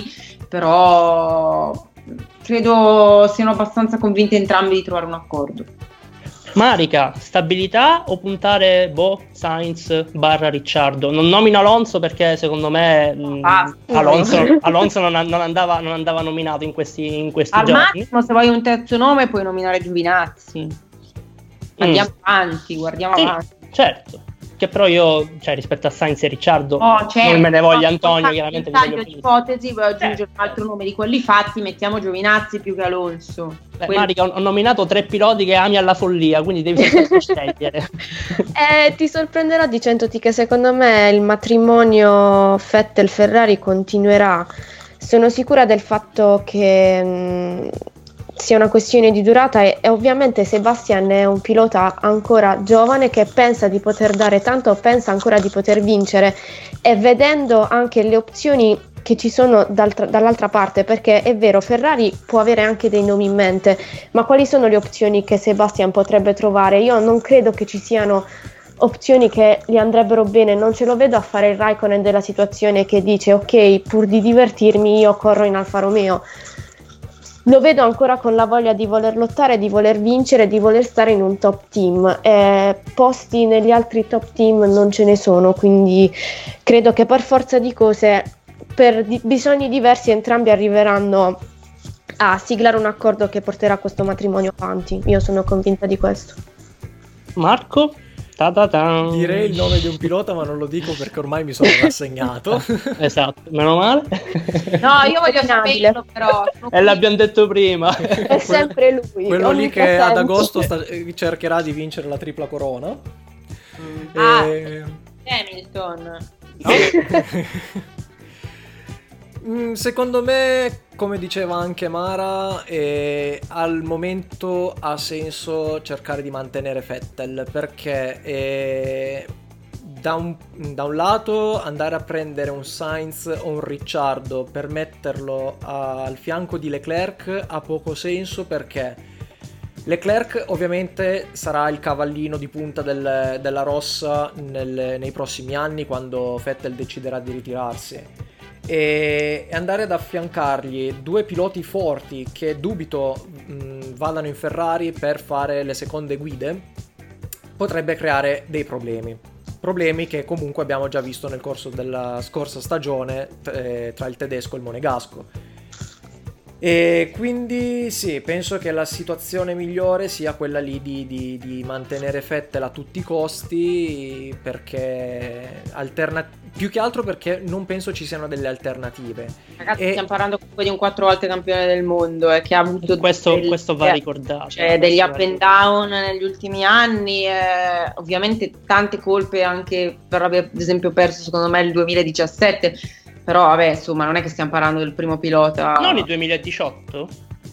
però credo siano abbastanza convinti entrambi di trovare un accordo. Marica, stabilità o puntare boh, Sainz barra Ricciardo? Non nomino Alonso perché secondo me mh, ah, Alonso, Alonso non, non, andava, non andava nominato in questi, in questi al giorni. Al massimo, se vuoi un terzo nome puoi nominare Giovinazzi. Andiamo mm. avanti, guardiamo sì, avanti. Certo, che però io, cioè rispetto a Sainz e Ricciardo, oh, certo, non me ne voglio no, Antonio, chiaramente. In taglio di ipotesi vuoi aggiungere certo. un altro nome di quelli fatti, mettiamo Giovinazzi più che Alonso. Beh, Quelli... Marica, ho nominato tre piloti che ami alla follia, quindi devi sempre scegliere. Eh, ti sorprenderò dicendoti che secondo me il matrimonio Vettel-Ferrari continuerà. Sono sicura del fatto che mh, sia una questione di durata e, e ovviamente Sebastian è un pilota ancora giovane che pensa di poter dare tanto, pensa ancora di poter vincere, e vedendo anche le opzioni che ci sono dall'altra parte, perché è vero, Ferrari può avere anche dei nomi in mente, ma quali sono le opzioni che Sebastian potrebbe trovare? Io non credo che ci siano opzioni che gli andrebbero bene, non ce lo vedo a fare il Raikkonen della situazione che dice ok, pur di divertirmi io corro in Alfa Romeo. Lo vedo ancora con la voglia di voler lottare, di voler vincere, di voler stare in un top team. Eh, posti negli altri top team non ce ne sono, quindi credo che per forza di cose, per di- bisogni diversi, entrambi arriveranno a siglare un accordo che porterà questo matrimonio avanti. Io sono convinta di questo. Marco? Ta-ta-ta. Direi il nome di un pilota, ma non lo dico perché ormai mi sono rassegnato. Esatto, meno male. No, io voglio saperlo però. E l'abbiamo detto prima. È sempre lui. Quello lì che presente. Ad agosto sta, cercherà di vincere la tripla corona. Mm. Ah, e... Hamilton. No? Secondo me, come diceva anche Mara, eh, al momento ha senso cercare di mantenere Vettel, perché eh, da, un, da un lato andare a prendere un Sainz o un Ricciardo per metterlo a, al fianco di Leclerc ha poco senso, perché Leclerc ovviamente sarà il cavallino di punta del, della rossa nel, nei prossimi anni, quando Vettel deciderà di ritirarsi. E andare ad affiancargli due piloti forti che dubito mh, vadano in Ferrari per fare le seconde guide potrebbe creare dei problemi problemi che comunque abbiamo già visto nel corso della scorsa stagione eh, tra il tedesco e il monegasco. E quindi sì, penso che la situazione migliore sia quella lì di, di, di mantenere Vettel a tutti i costi, perché alterna- più che altro perché non penso ci siano delle alternative. Ragazzi, e... stiamo parlando comunque di un quattro volte campione del mondo eh, che ha avuto questo, degli, questo va ricordato, cioè degli up and down negli ultimi anni, eh, ovviamente tante colpe anche per aver ad esempio perso secondo me il duemiladiciassette. Però vabbè, insomma, non è che stiamo parlando del primo pilota. Non il duemiladiciotto?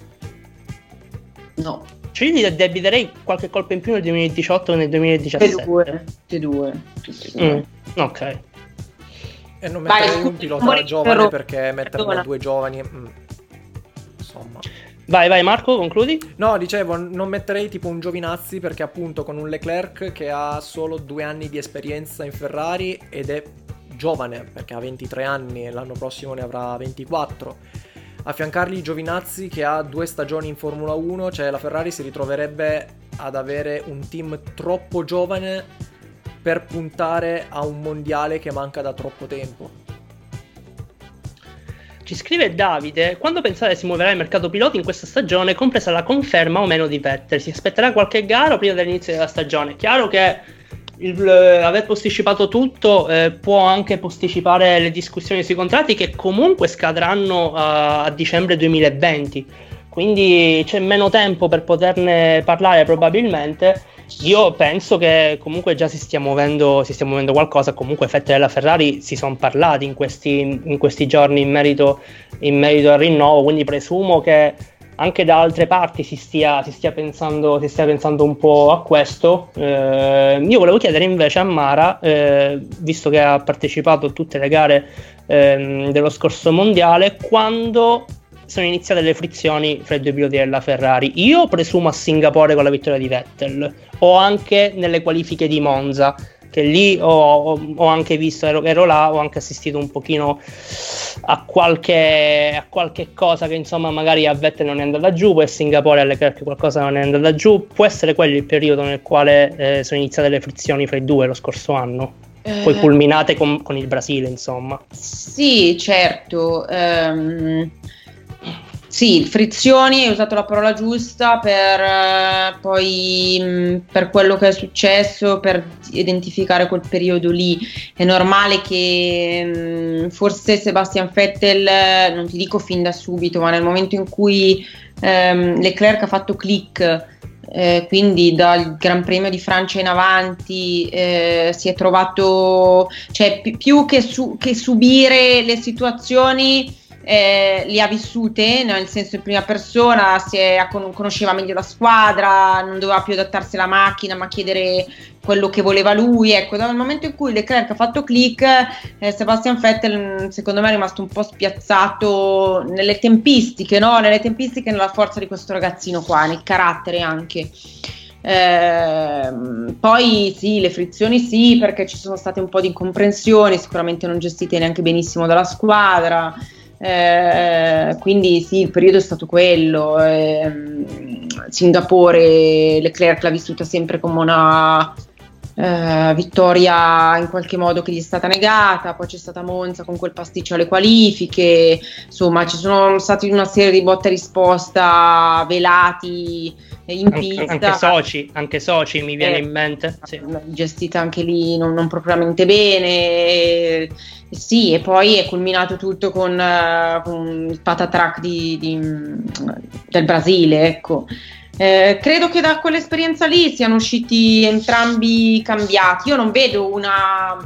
No. Cioè io gli debiterei qualche colpa in più nel duemiladiciotto e nel duemiladiciassette. Tutte due. Tutte due. Tutte due. Mm, ok. E non metterei Vai, un pilota giovane però, perché metterlo due giovani... Mm, insomma... Vai, vai Marco, concludi? No, dicevo, non metterei tipo un Giovinazzi perché appunto con un Leclerc che ha solo due anni di esperienza in Ferrari ed è giovane perché ha ventitré anni e l'anno prossimo ne avrà ventiquattro, affiancargli Giovinazzi che ha due stagioni in Formula uno, cioè la Ferrari si ritroverebbe ad avere un team troppo giovane per puntare a un mondiale che manca da troppo tempo. Ci scrive Davide: quando pensate si muoverà il mercato piloti in questa stagione, compresa la conferma o meno di Vettel? Si aspetterà qualche gara prima dell'inizio della stagione? Chiaro che il, eh, aver posticipato tutto eh, può anche posticipare le discussioni sui contratti che comunque scadranno uh, a dicembre duemilaventi, quindi c'è meno tempo per poterne parlare probabilmente. Io penso che comunque già si stia muovendo si stia muovendo qualcosa. Comunque Vettel e la Ferrari si sono parlati in questi, in questi giorni in merito, in merito al rinnovo, quindi presumo che anche da altre parti si stia, si stia pensando si stia pensando un po' a questo. Eh, io volevo chiedere invece a Mara, eh, visto che ha partecipato a tutte le gare eh, dello scorso mondiale, quando sono iniziate le frizioni fra i due piloti della Ferrari. Io presumo a Singapore con la vittoria di Vettel, o anche nelle qualifiche di Monza. che lì ho, ho, ho anche visto, ero, ero là, ho anche assistito un pochino a qualche, a qualche cosa che insomma magari a Vettel non è andata giù, poi a Singapore a Leclerc qualcosa non è andata giù. Può essere quello il periodo nel quale eh, sono iniziate le frizioni fra i due lo scorso anno, eh, poi culminate con, con il Brasile, insomma. Sì, certo. Um, sì, frizioni, hai usato la parola giusta per eh, poi mh, per quello che è successo, per identificare quel periodo lì. È normale che mh, forse Sebastian Vettel, non ti dico fin da subito, ma nel momento in cui ehm, Leclerc ha fatto click, eh, quindi dal Gran Premio di Francia in avanti eh, si è trovato, cioè pi- più che, su- che subire le situazioni, Eh, li ha vissute, nel senso in prima persona, si è, conosceva meglio la squadra, non doveva più adattarsi alla macchina ma chiedere quello che voleva lui. Ecco, dal momento in cui Leclerc ha fatto click, eh, Sebastian Vettel secondo me è rimasto un po' spiazzato nelle tempistiche, no? Nelle tempistiche e nella forza di questo ragazzino qua, nel carattere anche. Eh, poi sì, le frizioni sì, perché ci sono state un po' di incomprensioni, sicuramente non gestite neanche benissimo dalla squadra. Eh, quindi sì, il periodo è stato quello. eh, Singapore Leclerc l'ha vissuta sempre come una eh, vittoria in qualche modo che gli è stata negata, poi c'è stata Monza con quel pasticcio alle qualifiche, insomma ci sono stati una serie di botta e risposta velati in pista, anche, anche Sochi, anche Sochi mi viene eh, in mente, sì. Gestita anche lì non, non propriamente bene. Sì, e poi è culminato tutto con, uh, con il patatrack di, di, del Brasile, ecco. Eh, credo che da quell'esperienza lì siano usciti entrambi cambiati. Io non vedo una,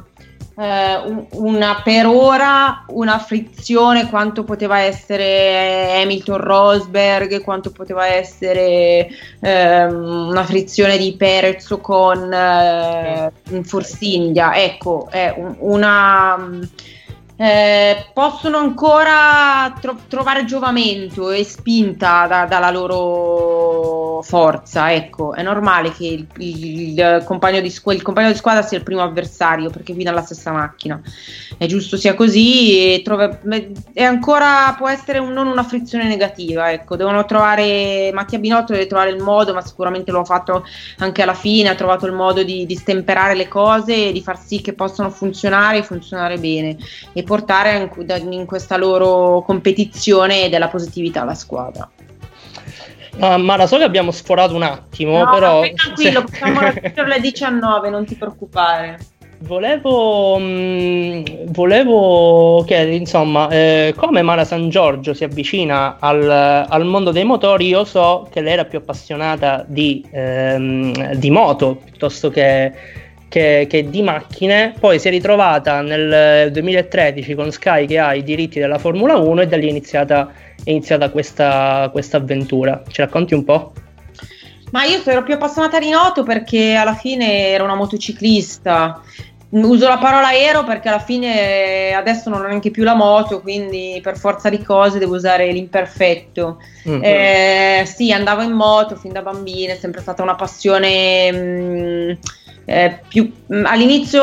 eh, una per ora una frizione quanto poteva essere Hamilton-Rosberg, quanto poteva essere eh, una frizione di Perez con eh, Force India. Ecco, è un, una Eh, possono ancora tro- trovare giovamento e spinta da- dalla loro forza. Ecco, è normale che il, il, il, compagno di squ- il compagno di squadra sia il primo avversario, perché guida la stessa macchina, è giusto sia così, e trova- è ancora, può essere un, non una frizione negativa. Ecco, devono trovare, Mattia Binotto deve trovare il modo, ma sicuramente lo ha fatto anche alla fine, ha trovato il modo di, di stemperare le cose e di far sì che possano funzionare e funzionare bene, e portare in, in questa loro competizione della positività alla squadra. Uh, Mara, so che abbiamo sforato un attimo, no, però stai tranquillo, possiamo raggiungere alle diciannove, non ti preoccupare. Volevo, mh, volevo chiedere, insomma, eh, come Mara San Giorgio si avvicina al, al mondo dei motori. Io so che lei era più appassionata di, ehm, di moto piuttosto che Che, che di macchine, poi si è ritrovata nel duemilatredici con Sky che ha i diritti della Formula uno, e da lì è iniziata, è iniziata questa, questa avventura. Ci racconti un po'? Ma io ero più appassionata di moto perché alla fine ero una motociclista. Uso la parola ero perché alla fine adesso non ho neanche più la moto, quindi per forza di cose devo usare l'imperfetto. Mm-hmm. Eh, sì, andavo in moto fin da bambina, è sempre stata una passione mh, Eh, più, mh, all'inizio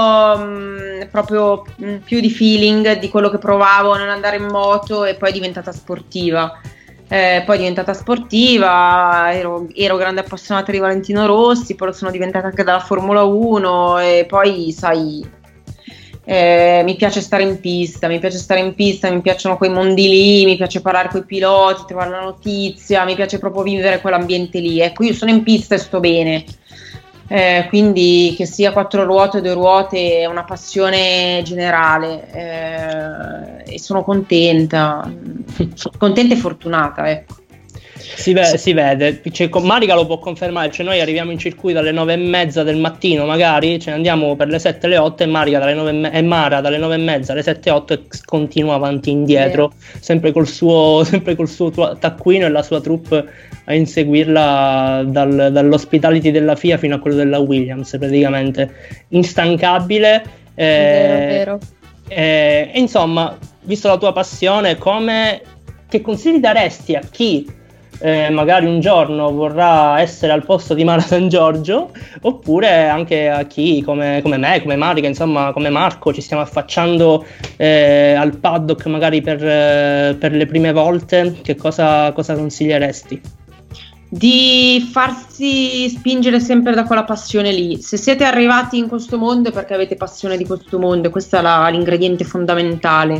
mh, proprio mh, più di feeling di quello che provavo nell'andare in moto, e poi è diventata sportiva. Eh, poi è diventata sportiva, ero, ero grande appassionata di Valentino Rossi, poi lo sono diventata anche dalla Formula uno, e poi sai, eh, mi piace stare in pista, mi piace stare in pista, mi piacciono quei mondi lì, mi piace parlare con i piloti, trovare la notizia, mi piace proprio vivere quell'ambiente lì. Ecco, io sono in pista e sto bene. Eh, quindi che sia quattro ruote o due ruote è una passione generale, eh, e sono contenta, sono contenta e fortunata, ecco. Si vede, si vede. Cioè, Marica lo può confermare, cioè noi arriviamo in circuito alle nove e mezza del mattino, magari ce ne andiamo per le sette alle otto, e Marica dalle nove e, me- e Mara dalle nove e mezza alle sette e otto e continua avanti e indietro, yeah. sempre col suo sempre col suo taccuino e la sua troupe a inseguirla dal, dall'hospitality della F I A fino a quello della Williams, praticamente instancabile. Eh, vero, vero. Eh, e insomma, visto la tua passione, come che consigli daresti a chi eh, magari un giorno vorrà essere al posto di Mara San Giorgio, oppure anche a chi come, come me, come Marica, insomma come Marco, ci stiamo affacciando eh, al paddock magari per, eh, per le prime volte. Che cosa, cosa consiglieresti? Di farsi spingere sempre da quella passione lì. Se siete arrivati in questo mondo è perché avete passione di questo mondo, questo è la, l'ingrediente fondamentale,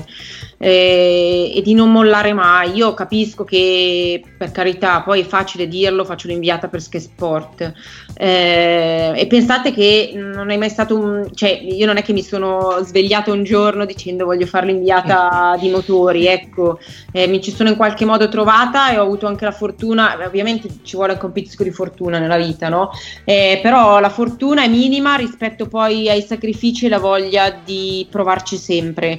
e, e di non mollare mai. Io capisco che, per carità, poi è facile dirlo, faccio l'inviata per Sky Sport, eh, e pensate che non è mai stato un, cioè io non è che mi sono svegliata un giorno dicendo voglio fare l'inviata di motori, ecco, eh, mi ci sono in qualche modo trovata e ho avuto anche la fortuna, ovviamente ci vuole anche un pizzico di fortuna nella vita, no? Eh, però la fortuna è minima rispetto poi ai sacrifici e la voglia di provarci sempre.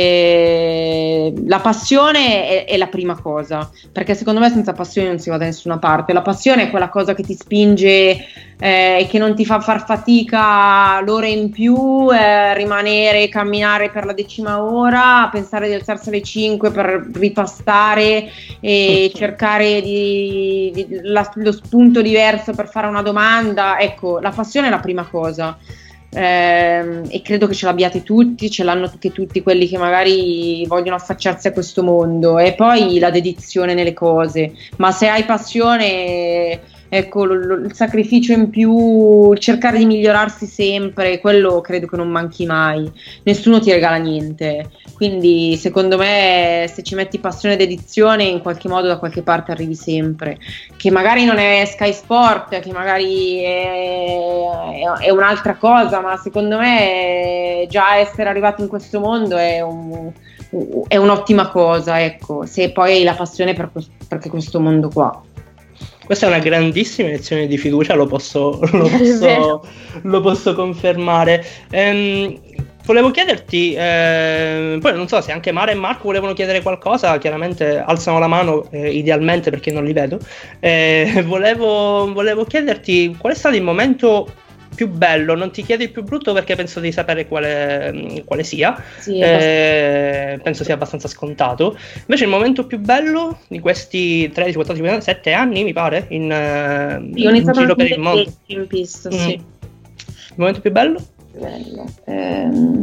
Eh, la passione è, è la prima cosa, perché secondo me senza passione non si va da nessuna parte. La passione è quella cosa che ti spinge e eh, che non ti fa far fatica l'ora in più, eh, rimanere, camminare per la decima ora, pensare di alzarsi alle cinque per ripastare e cercare di, di la, lo spunto diverso per fare una domanda. Ecco, la passione è la prima cosa, eh, e credo che ce l'abbiate tutti, ce l'hanno anche tutti quelli che magari vogliono affacciarsi a questo mondo, e poi la dedizione nelle cose. Ma se hai passione, ecco, lo, lo, il sacrificio in più, cercare di migliorarsi sempre, quello credo che non manchi mai. Nessuno ti regala niente, quindi secondo me se ci metti passione ed dedizione in qualche modo da qualche parte arrivi sempre. Che magari non è Sky Sport, che magari è, è un'altra cosa, ma secondo me già essere arrivato in questo mondo è un, è un'ottima cosa, ecco, se poi hai la passione per, per questo mondo qua. Questa è una grandissima lezione di fiducia, lo posso, lo posso, lo posso confermare. Ehm, volevo chiederti, eh, poi non so se anche Mara e Marco volevano chiedere qualcosa, chiaramente alzano la mano, eh, idealmente perché non li vedo. Eh, volevo, volevo chiederti qual è stato il momento più bello, non ti chiedo il più brutto perché penso di sapere quale, quale sia, sì, eh, penso sia abbastanza scontato. Invece il momento più bello di questi tredici, quattordici, sette anni mi pare in, sì, in giro per il mondo in pista, mm. Sì. Il momento più bello? Bello. Ehm...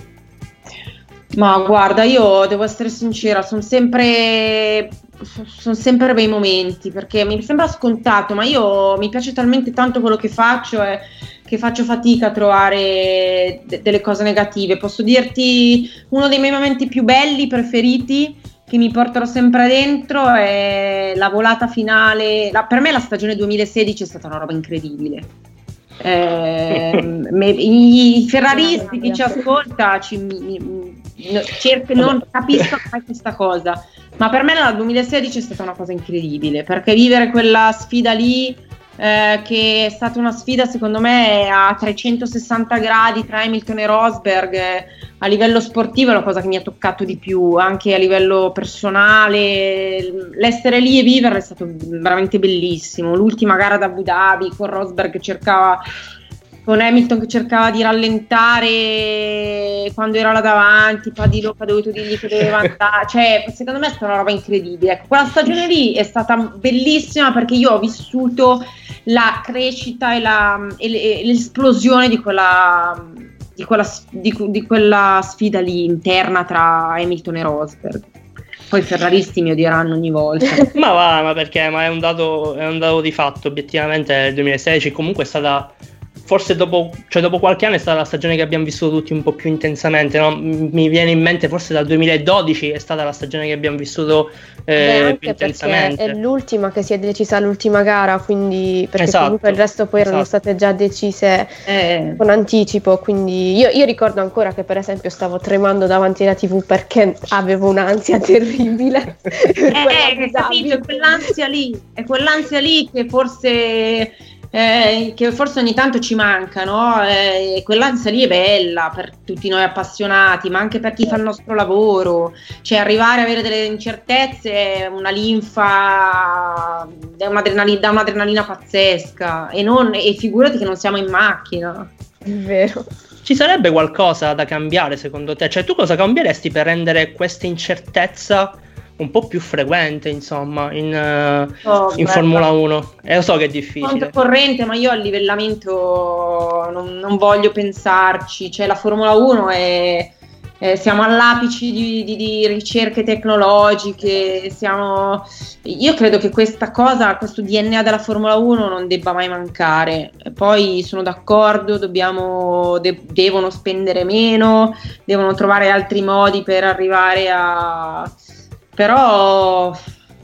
Ma guarda, io devo essere sincera, sono sempre sono sempre bei momenti, perché mi sembra scontato, ma io mi piace talmente tanto quello che faccio e che faccio fatica a trovare de- delle cose negative. Posso dirti uno dei miei momenti più belli, preferiti, che mi porterò sempre dentro, è la volata finale. La, per me la stagione duemilasedici è stata una roba incredibile. Eh, me, i ferraristi, chi ci ascolta ci, mi, mi, cerca, non capisco mai questa cosa, ma per me la duemilasedici è stata una cosa incredibile, perché vivere quella sfida lì, eh, che è stata una sfida secondo me a trecentosessanta gradi tra Hamilton e Rosberg, eh, a livello sportivo è la cosa che mi ha toccato di più, anche a livello personale. L'essere lì e viverla è stato veramente bellissimo. L'ultima gara da Abu Dhabi con Rosberg che cercava, con Hamilton che cercava di rallentare quando era là davanti, Padillo che ha dovuto dirgli che doveva andare, cioè secondo me è stata una roba incredibile. Ecco, quella stagione lì è stata bellissima perché io ho vissuto la crescita e, la, e, e l'esplosione di quella, di, quella, di, di quella sfida lì interna tra Hamilton e Rosberg. Poi i ferraristi mi odieranno ogni volta. Ma va, ma perché? Ma è un dato, è un dato di fatto. Obiettivamente il duemilasedici comunque è stata, forse dopo, cioè dopo qualche anno è stata la stagione che abbiamo vissuto tutti un po' più intensamente, no? Mi viene in mente forse dal duemiladodici è stata la stagione che abbiamo vissuto eh, Beh, più intensamente. È l'ultima che si è decisa l'ultima gara, quindi perché esatto, comunque il resto poi erano esatto. state già decise eh. con anticipo, quindi io, io ricordo ancora che per esempio stavo tremando davanti alla tivù perché avevo un'ansia terribile. Eh, capito, è quell'ansia lì, è quell'ansia lì che forse Eh, che forse ogni tanto ci manca, no? Eh, quell'ansia lì è bella per tutti noi appassionati, ma anche per chi fa il nostro lavoro, cioè arrivare a avere delle incertezze è una linfa, è un'adrenalina, dà un'adrenalina pazzesca, e, non, e figurati che non siamo in macchina. È vero. Ci sarebbe qualcosa da cambiare secondo te? Cioè tu cosa cambieresti per rendere questa incertezza un po' più frequente, insomma, in, uh, oh, in Formula uno. E lo so che è difficile. Controcorrente, ma io al livellamento non, non voglio pensarci. Cioè, la Formula uno è... Eh, siamo all'apice di, di, di ricerche tecnologiche, siamo... io credo che questa cosa, questo D N A della Formula uno non debba mai mancare. Poi sono d'accordo, dobbiamo, de- devono spendere meno, devono trovare altri modi per arrivare a... però...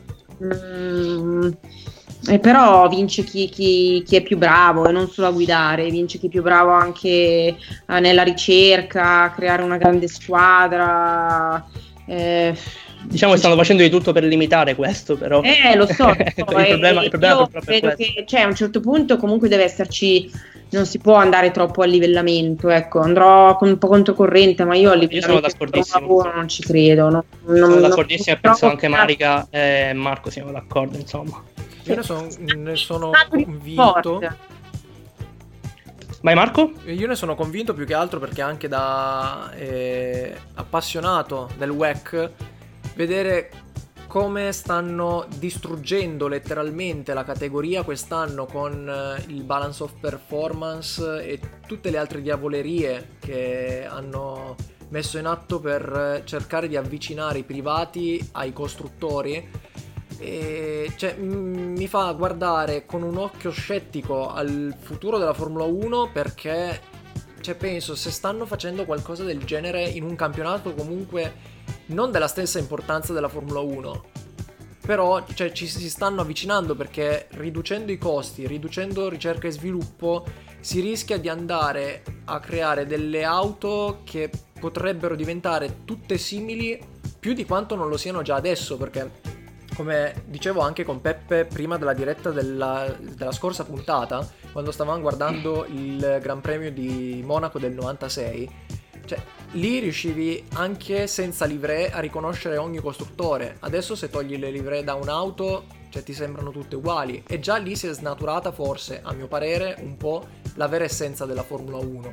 Mm, Eh, però vince chi, chi, chi è più bravo, e non solo a guidare, vince chi è più bravo anche eh, nella ricerca, a creare una grande squadra. Eh, diciamo che stanno facendo di tutto per limitare questo, però. Eh, lo so. il problema, il problema io purtroppo credo è questo. che, cioè, a un certo punto comunque deve esserci, non si può andare troppo al livellamento, ecco, andrò con un po' controcorrente, ma io al livellamento sono d'accordissimo. non ci credo. No? Non, Sono non, d'accordissimo e penso anche Marica e Marco siamo d'accordo, insomma. Io ne sono, ne sono di convinto. sport. Vai Marco? Io ne sono convinto più che altro perché anche da eh, appassionato del W E C vedere come stanno distruggendo letteralmente la categoria quest'anno con eh, il balance of performance e tutte le altre diavolerie che hanno messo in atto per cercare di avvicinare i privati ai costruttori. E cioè, m- mi fa guardare con un occhio scettico al futuro della Formula uno perché cioè, penso se stanno facendo qualcosa del genere in un campionato comunque non della stessa importanza della Formula uno, però cioè, ci si stanno avvicinando perché riducendo i costi, riducendo ricerca e sviluppo si rischia di andare a creare delle auto che potrebbero diventare tutte simili più di quanto non lo siano già adesso, perché come dicevo anche con Peppe prima della diretta della, della scorsa puntata, quando stavamo guardando il Gran Premio di Monaco del novantasei, cioè lì riuscivi anche senza livree a riconoscere ogni costruttore. Adesso se togli le livree da un'auto, cioè ti sembrano tutte uguali, e già lì si è snaturata forse, a mio parere, un po' la vera essenza della Formula uno.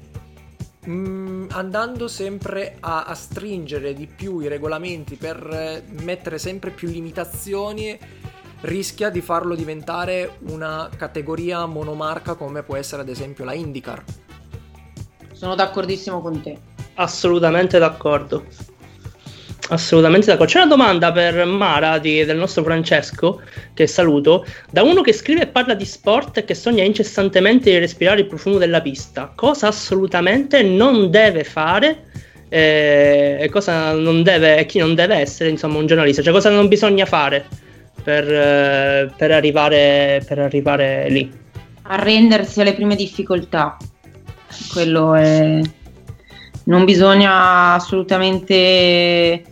Mm, andando sempre a, a stringere di più i regolamenti per mettere sempre più limitazioni, rischia di farlo diventare una categoria monomarca come può essere ad esempio la IndyCar. Sono d'accordissimo con te. Assolutamente d'accordo. Assolutamente d'accordo. C'è una domanda per Mara di, del nostro Francesco, che saluto, da uno che scrive e parla di sport e che sogna incessantemente di respirare il profumo della pista. Cosa assolutamente non deve fare eh, e cosa non deve, e chi non deve essere, insomma, un giornalista? Cioè cosa non bisogna fare per, eh, per arrivare per arrivare lì? Arrendersi alle prime difficoltà. Quello è... non bisogna assolutamente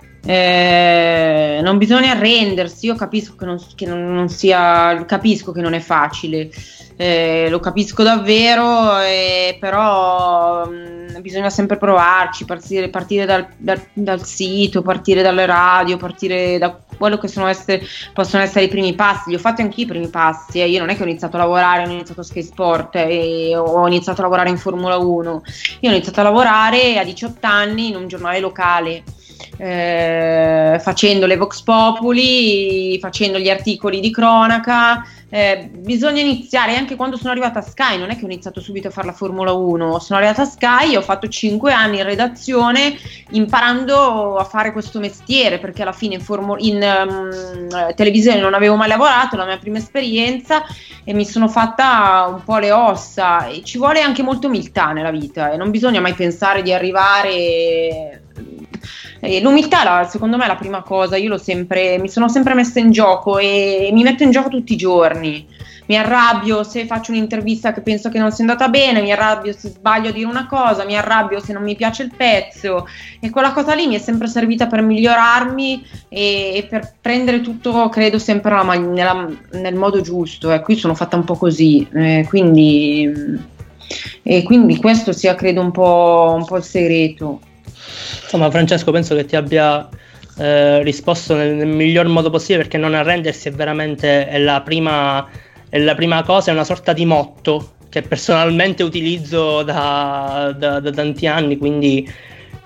eh, non bisogna arrendersi. Io capisco che non, che non, non sia capisco che non è facile, eh, lo capisco davvero, eh, però mh, bisogna sempre provarci, partire, partire dal, dal, dal sito, partire dalle radio, partire da quello che sono essere, possono essere i primi passi. Li ho fatti anche i primi passi, eh. Io non è che ho iniziato a lavorare, ho iniziato a Sky Sport eh, e ho iniziato a lavorare in Formula uno. Io ho iniziato a lavorare a diciotto anni in un giornale locale, eh, facendo le Vox Populi, facendo gli articoli di cronaca. Eh, bisogna iniziare. Anche quando sono arrivata a Sky non è che ho iniziato subito a fare la Formula uno, sono arrivata a Sky, ho fatto cinque anni in redazione imparando a fare questo mestiere, perché alla fine in, formu- in um, televisione non avevo mai lavorato, la mia prima esperienza, e mi sono fatta un po' le ossa. E ci vuole anche molta umiltà nella vita e non bisogna mai pensare di arrivare. E l'umiltà, la, secondo me, è la prima cosa. Io l'ho sempre, mi sono sempre messa in gioco e mi metto in gioco tutti i giorni. Mi arrabbio se faccio un'intervista che penso che non sia andata bene, mi arrabbio se sbaglio a dire una cosa, mi arrabbio se non mi piace il pezzo, e quella cosa lì mi è sempre servita per migliorarmi e, e per prendere tutto, credo, sempre nella, nella, nel modo giusto. E qui sono fatta un po' così, eh, quindi, e quindi questo sia, credo, un po', un po' il segreto. Insomma, Francesco, penso che ti abbia eh, risposto nel, nel miglior modo possibile, perché non arrendersi è veramente è la prima, è la prima cosa, è una sorta di motto che personalmente utilizzo da, da, da tanti anni, quindi,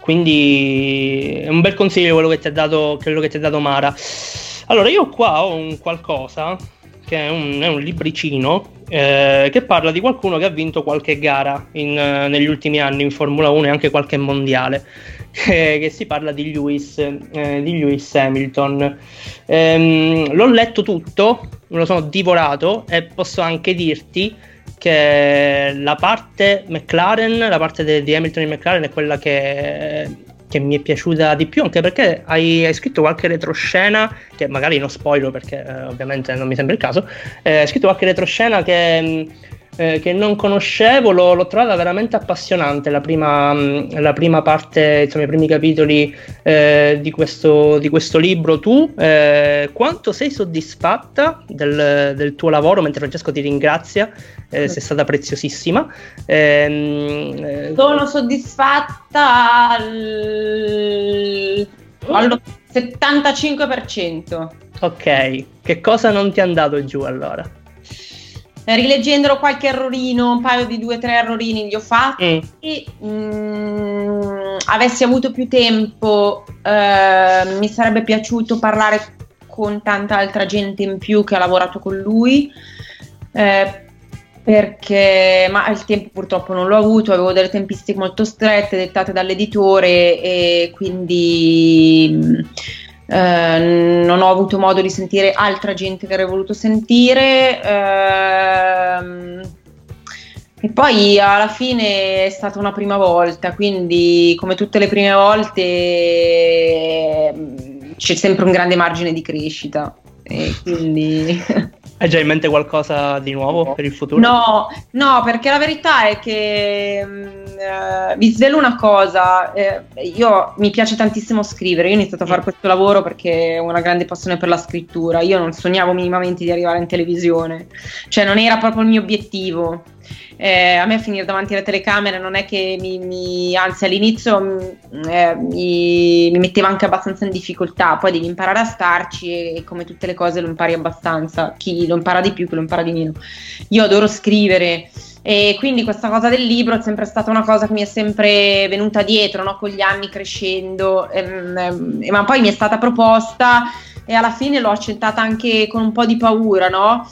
quindi è un bel consiglio quello che ti ha dato, quello che ti ha dato Mara. Allora io qua ho un qualcosa che è un, è un libricino eh, che parla di qualcuno che ha vinto qualche gara in, uh, negli ultimi anni in Formula uno e anche qualche mondiale, che, che si parla di Lewis, eh, di Lewis Hamilton. Ehm, l'ho letto tutto, me lo sono divorato e posso anche dirti che la parte McLaren, la parte de, di Hamilton e McLaren è quella che... che mi è piaciuta di più, anche perché hai, hai scritto qualche retroscena che magari non spoilo perché eh, ovviamente non mi sembra il caso, eh, hai scritto qualche retroscena che, eh, che non conoscevo, l'ho, l'ho trovata veramente appassionante la prima, la prima parte, insomma i primi capitoli eh, di, questo, di questo libro. Tu eh, quanto sei soddisfatta del, del tuo lavoro, mentre Francesco ti ringrazia, eh, sei stata preziosissima. Eh, Sono soddisfatta al... allo settantacinque per cento. Ok, che cosa non ti è andato giù allora? Rileggendolo qualche errorino, un paio di due o tre errorini li ho fatti. Mm. Mm, avessi avuto più tempo, eh, mi sarebbe piaciuto parlare con tanta altra gente in più che ha lavorato con lui, eh, perché ma il tempo purtroppo non l'ho avuto, avevo delle tempistiche molto strette dettate dall'editore e quindi eh, non ho avuto modo di sentire altra gente che avrei voluto sentire, ehm, e poi alla fine è stata una prima volta, quindi come tutte le prime volte c'è sempre un grande margine di crescita e quindi Hai già in mente qualcosa di nuovo per il futuro? No, no, perché la verità è che uh, vi svelo una cosa, eh, io mi piace tantissimo scrivere, io ho iniziato a fare questo lavoro perché ho una grande passione per la scrittura, io non sognavo minimamente di arrivare in televisione, cioè non era proprio il mio obiettivo. Eh, a me finire davanti alle telecamere non è che mi, mi anzi all'inizio eh, mi, mi metteva anche abbastanza in difficoltà, poi devi imparare a starci e, e come tutte le cose lo impari abbastanza, chi lo impara di più, chi lo impara di meno. Io adoro scrivere e quindi questa cosa del libro è sempre stata una cosa che mi è sempre venuta dietro, no? Con gli anni crescendo, ehm, ehm, ma poi mi è stata proposta e alla fine l'ho accettata anche con un po' di paura, no?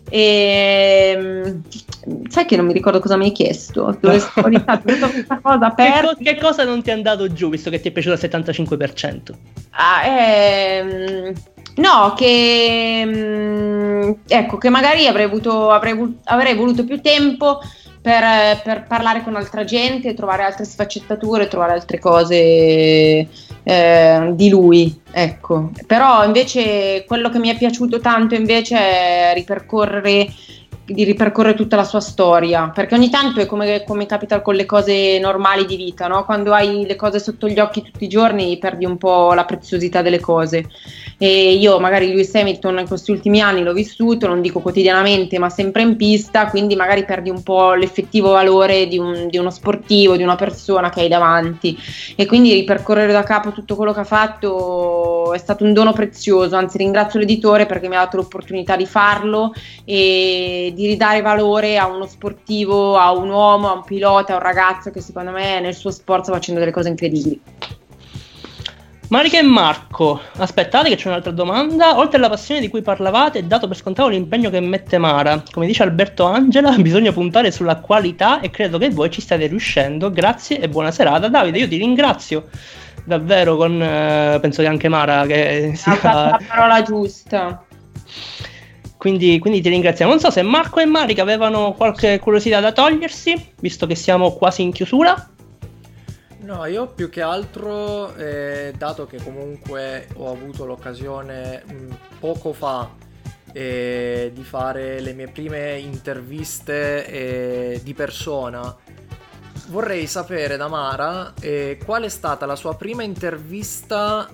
E sai che non mi ricordo cosa mi hai chiesto, dove sto questa cosa per... che, co- che cosa non ti è andato giù visto che ti è piaciuto al settantacinque per cento? Ah, ehm, no, che mh, ecco che magari avrei avuto avrei, avrei voluto più tempo per, per parlare con altra gente, trovare altre sfaccettature, trovare altre cose eh, di lui, ecco. Però invece quello che mi è piaciuto tanto invece è ripercorrere di ripercorrere tutta la sua storia, perché ogni tanto è come, come capita con le cose normali di vita, no? Quando hai le cose sotto gli occhi tutti i giorni perdi un po' la preziosità delle cose, e io magari Lewis Hamilton in questi ultimi anni l'ho vissuto, non dico quotidianamente ma sempre in pista, quindi magari perdi un po' l'effettivo valore di, un, di uno sportivo, di una persona che hai davanti, e quindi ripercorrere da capo tutto quello che ha fatto è stato un dono prezioso, anzi ringrazio l'editore perché mi ha dato l'opportunità di farlo e di ridare valore a uno sportivo, a un uomo, a un pilota, a un ragazzo che secondo me nel suo sport sta facendo delle cose incredibili. Marica e Marco, aspettate che c'è un'altra domanda. Oltre alla passione di cui parlavate, è dato per scontato l'impegno che mette Mara. Come dice Alberto Angela, bisogna puntare sulla qualità e credo che voi ci state riuscendo. Grazie e buona serata. Davide, io ti ringrazio davvero, con eh, penso che anche Mara che sia... Ha fatto la parola giusta. Quindi, quindi ti ringraziamo. Non so se Marco e Marica avevano qualche curiosità da togliersi, visto che siamo quasi in chiusura. No, io più che altro, eh, dato che comunque ho avuto l'occasione mh, poco fa eh, di fare le mie prime interviste eh, di persona, vorrei sapere da Mara eh, qual è stata la sua prima intervista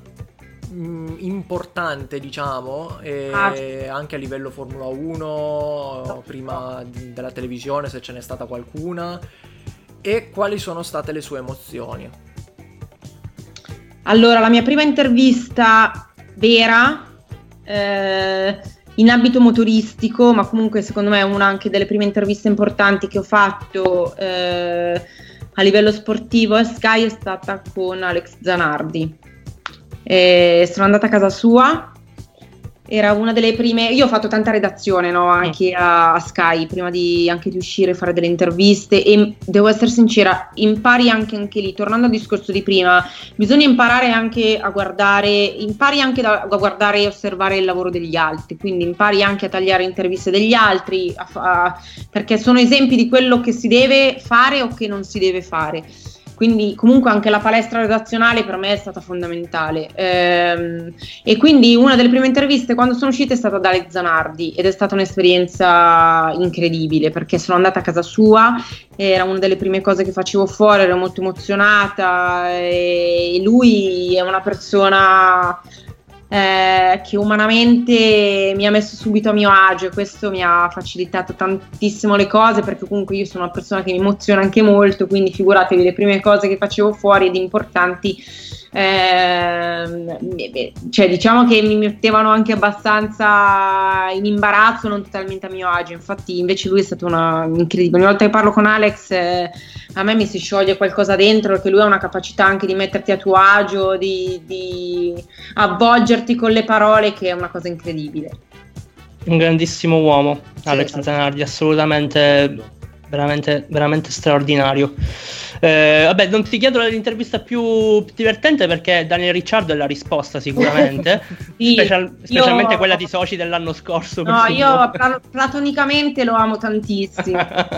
importante, diciamo, e ah. anche a livello Formula uno, prima della televisione, se ce n'è stata qualcuna, e quali sono state le sue emozioni. Allora, la mia prima intervista vera eh, in ambito motoristico, ma comunque secondo me è una anche delle prime interviste importanti che ho fatto, eh, a livello sportivo a Sky è stata con Alex Zanardi. E sono andata a casa sua. Era una delle prime, io ho fatto tanta redazione, no, anche a, a Sky prima di, anche di uscire e fare delle interviste, e devo essere sincera, impari anche, anche lì, tornando al discorso di prima, bisogna imparare anche a guardare, impari anche da, a guardare e osservare il lavoro degli altri, quindi impari anche a tagliare interviste degli altri, a, a, perché sono esempi di quello che si deve fare o che non si deve fare. Quindi comunque anche la palestra redazionale per me è stata fondamentale, ehm, e quindi una delle prime interviste quando sono uscita è stata da Alex Zanardi ed è stata un'esperienza incredibile perché sono andata a casa sua, era una delle prime cose che facevo fuori, ero molto emozionata e lui è una persona Eh, che umanamente mi ha messo subito a mio agio e questo mi ha facilitato tantissimo le cose, perché comunque io sono una persona che mi emoziona anche molto, quindi figuratevi le prime cose che facevo fuori ed importanti, eh, cioè diciamo che mi mettevano anche abbastanza in imbarazzo, non totalmente a mio agio. Infatti invece lui è stato una incredibile, ogni volta che parlo con Alex eh, a me mi si scioglie qualcosa dentro, perché lui ha una capacità anche di metterti a tuo agio, di, di avvolgerti con le parole, che è una cosa incredibile. Un grandissimo uomo, sì, Alex sì. Zanardi, assolutamente, veramente, veramente straordinario. Eh, vabbè, non ti chiedo l'intervista più divertente perché Daniel Ricciardo è la risposta sicuramente, sì, Special, specialmente io, quella di Sochi dell'anno scorso. No, io pl- platonicamente lo amo tantissimo.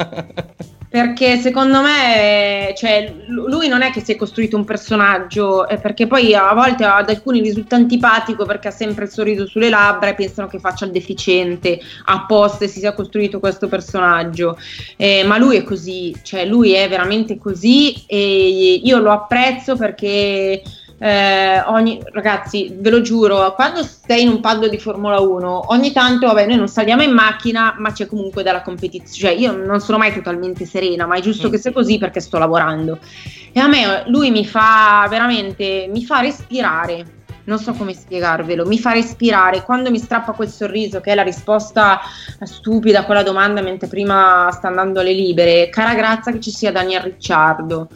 Perché secondo me, cioè, lui non è che si è costruito un personaggio, eh, perché poi a volte ad alcuni risulta antipatico perché ha sempre il sorriso sulle labbra e pensano che faccia il deficiente apposta e si sia costruito questo personaggio, eh, ma lui è così, cioè lui è veramente così e io lo apprezzo perché Eh, ogni, ragazzi, ve lo giuro, quando sei in un paddock di Formula uno ogni tanto, vabbè, noi non saliamo in macchina ma c'è comunque della competizione, cioè io non sono mai totalmente serena, ma è giusto mm. che sia così perché sto lavorando e a me lui mi fa veramente, mi fa respirare, non so come spiegarvelo, mi fa respirare quando mi strappa quel sorriso che è la risposta stupida a quella domanda mentre prima sta andando alle libere. Cara grazia che ci sia Daniel Ricciardo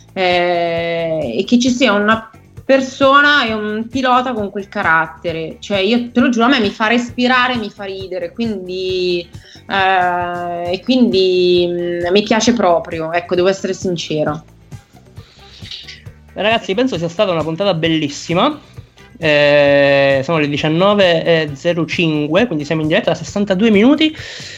eh, e che ci sia una persona e un pilota con quel carattere, cioè io te lo giuro, a me mi fa respirare, mi fa ridere, quindi eh, e quindi mh, mi piace proprio, ecco, devo essere sincera. Ragazzi, penso sia stata una puntata bellissima. Eh, sono le diciannove e zero cinque, quindi siamo in diretta da sessantadue minuti.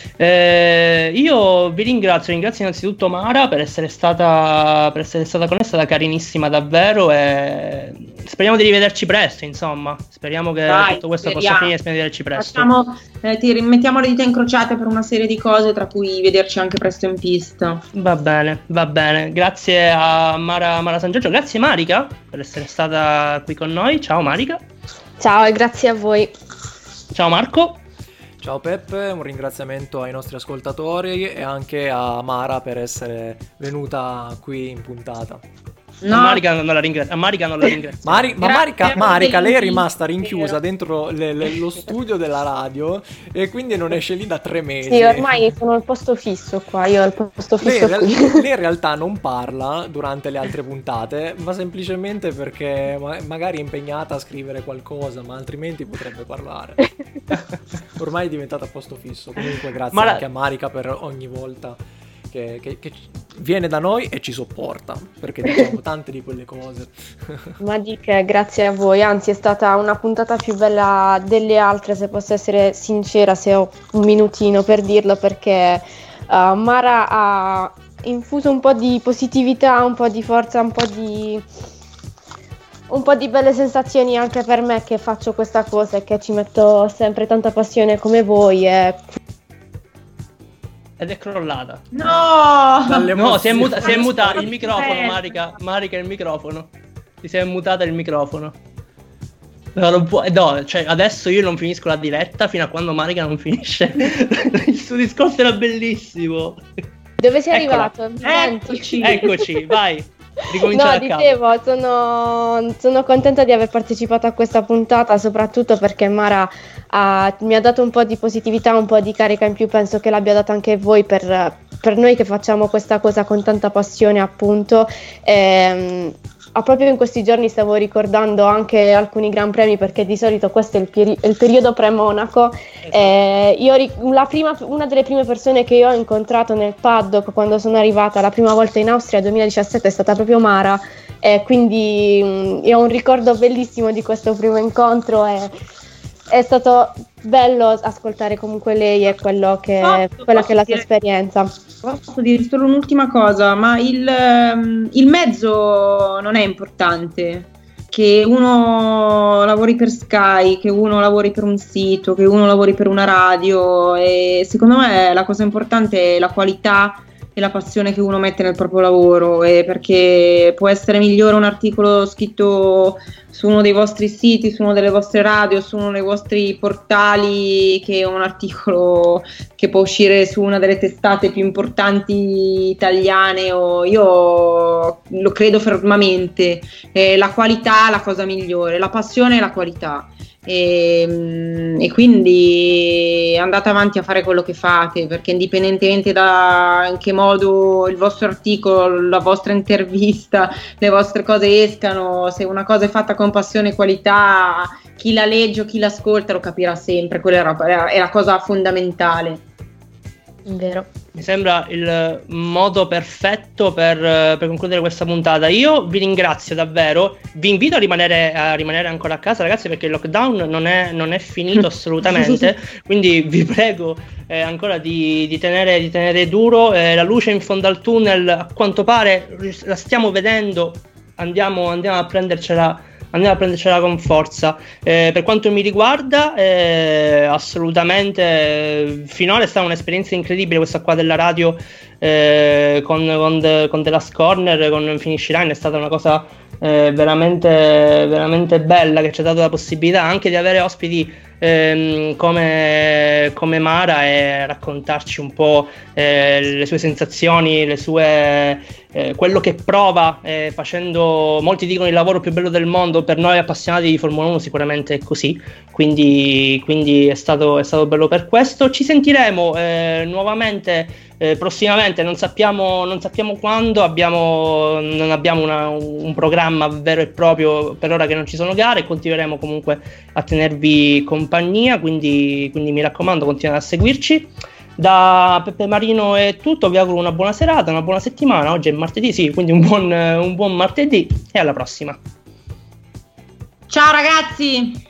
Eh, io vi ringrazio, ringrazio innanzitutto Mara per essere stata per essere stata con noi, è stata carinissima davvero e speriamo di rivederci presto, insomma, speriamo che Dai, tutto questo speriamo. possa finire e speriamo di rivederci presto. Facciamo, eh, ti rimettiamo le dita incrociate per una serie di cose, tra cui vederci anche presto in pista. Va bene, va bene, grazie a Mara, Mara San Giorgio, grazie Marica per essere stata qui con noi, ciao Marica. Ciao e grazie a voi. Ciao Marco. Ciao Peppe, un ringraziamento ai nostri ascoltatori e anche a Mara per essere venuta qui in puntata. No. A Marica non la ringrazio. A Marica non la ringrazio. Mari- ma Marica, Marica, lei è rimasta rinchiusa dentro le, le, lo studio della radio e quindi non esce lì da tre mesi. Sì, ormai sono al posto fisso qua. Io ho il posto fisso lei, qui. Lei in realtà non parla durante le altre puntate, ma semplicemente perché ma- magari è impegnata a scrivere qualcosa, ma altrimenti potrebbe parlare. Ormai è diventata a posto fisso. Comunque, grazie ma anche la... a Marica per ogni volta Che, che, che viene da noi e ci sopporta, perché diciamo tante di quelle cose. Ma di che, grazie a voi, anzi è stata una puntata più bella delle altre, se posso essere sincera, se ho un minutino per dirlo, perché uh, Mara ha infuso un po' di positività, un po' di forza, un po' di un po' di belle sensazioni anche per me che faccio questa cosa e che ci metto sempre tanta passione come voi e Ed è crollata. No! No, si è, muta- si è mutato il microfono, Marica. Marica, il microfono. Ti si è mutata il microfono. No, non può- no, cioè adesso io non finisco la diretta fino a quando Marica non finisce. Il suo discorso era bellissimo. Dove sei Eccola. arrivato? Eccoci. Eccoci, vai. Ricominciamo No, da capo. dicevo, sono, sono contenta di aver partecipato a questa puntata, soprattutto perché Mara ha, mi ha dato un po' di positività, un po' di carica in più, penso che l'abbia data anche voi per per noi che facciamo questa cosa con tanta passione, appunto, ehm, ah, proprio in questi giorni stavo ricordando anche alcuni gran premi, perché di solito questo è il, peri- il periodo pre-Monaco. Esatto. Eh, io la prima, una delle prime persone che io ho incontrato nel paddock quando sono arrivata la prima volta in Austria nel duemiladiciassette è stata proprio Mara, e quindi mh, io ho un ricordo bellissimo di questo primo incontro, e è stato bello ascoltare comunque lei e quello che, posso, quella posso che è la sua dire, esperienza. Posso dire solo un'ultima cosa, ma il, il mezzo non è importante, che uno lavori per Sky, che uno lavori per un sito, che uno lavori per una radio, e secondo me la cosa importante è la qualità e la passione che uno mette nel proprio lavoro, e perché può essere migliore un articolo scritto su uno dei vostri siti, su uno delle vostre radio, su uno dei vostri portali, che un articolo che può uscire su una delle testate più importanti italiane, o io lo credo fermamente. Eh, la qualità è la cosa migliore, la passione è la qualità. E, e quindi andate avanti a fare quello che fate, perché indipendentemente da in che modo il vostro articolo, la vostra intervista, le vostre cose escano, se una cosa è fatta con passione e qualità, chi la legge o chi l'ascolta lo capirà sempre. Quella è la, è la cosa fondamentale. Vero. Mi sembra il modo perfetto per, per concludere questa puntata. Io vi ringrazio davvero, vi invito a rimanere, a rimanere ancora a casa, ragazzi, perché il lockdown non è, non è finito assolutamente, quindi vi prego eh, ancora di, di, tenere, di tenere duro. Eh, la luce in fondo al tunnel a quanto pare la stiamo vedendo, andiamo, andiamo a prendercela andiamo a prendercela con forza. Eh, per quanto mi riguarda, eh, assolutamente eh, finora è stata un'esperienza incredibile questa qua della radio, eh, con, con, de, con The Last Corner, con Finish Line. È stata una cosa eh, veramente, veramente bella, che ci ha dato la possibilità anche di avere ospiti ehm, come, come Mara, e raccontarci un po' eh, le sue sensazioni, le sue Eh, quello che prova eh, facendo, molti dicono, il lavoro più bello del mondo. Per noi appassionati di Formula uno sicuramente è così, quindi, quindi è, stato, è stato bello per questo. Ci sentiremo eh, nuovamente eh, prossimamente, non sappiamo, non sappiamo quando, abbiamo, non abbiamo una, un programma vero e proprio per ora, che non ci sono gare, continueremo comunque a tenervi compagnia, quindi, quindi mi raccomando, continuate a seguirci. Da Peppe Marino è tutto, vi auguro una buona serata, una buona settimana. Oggi è martedì, sì, quindi un buon, un buon martedì, e alla prossima. Ciao ragazzi!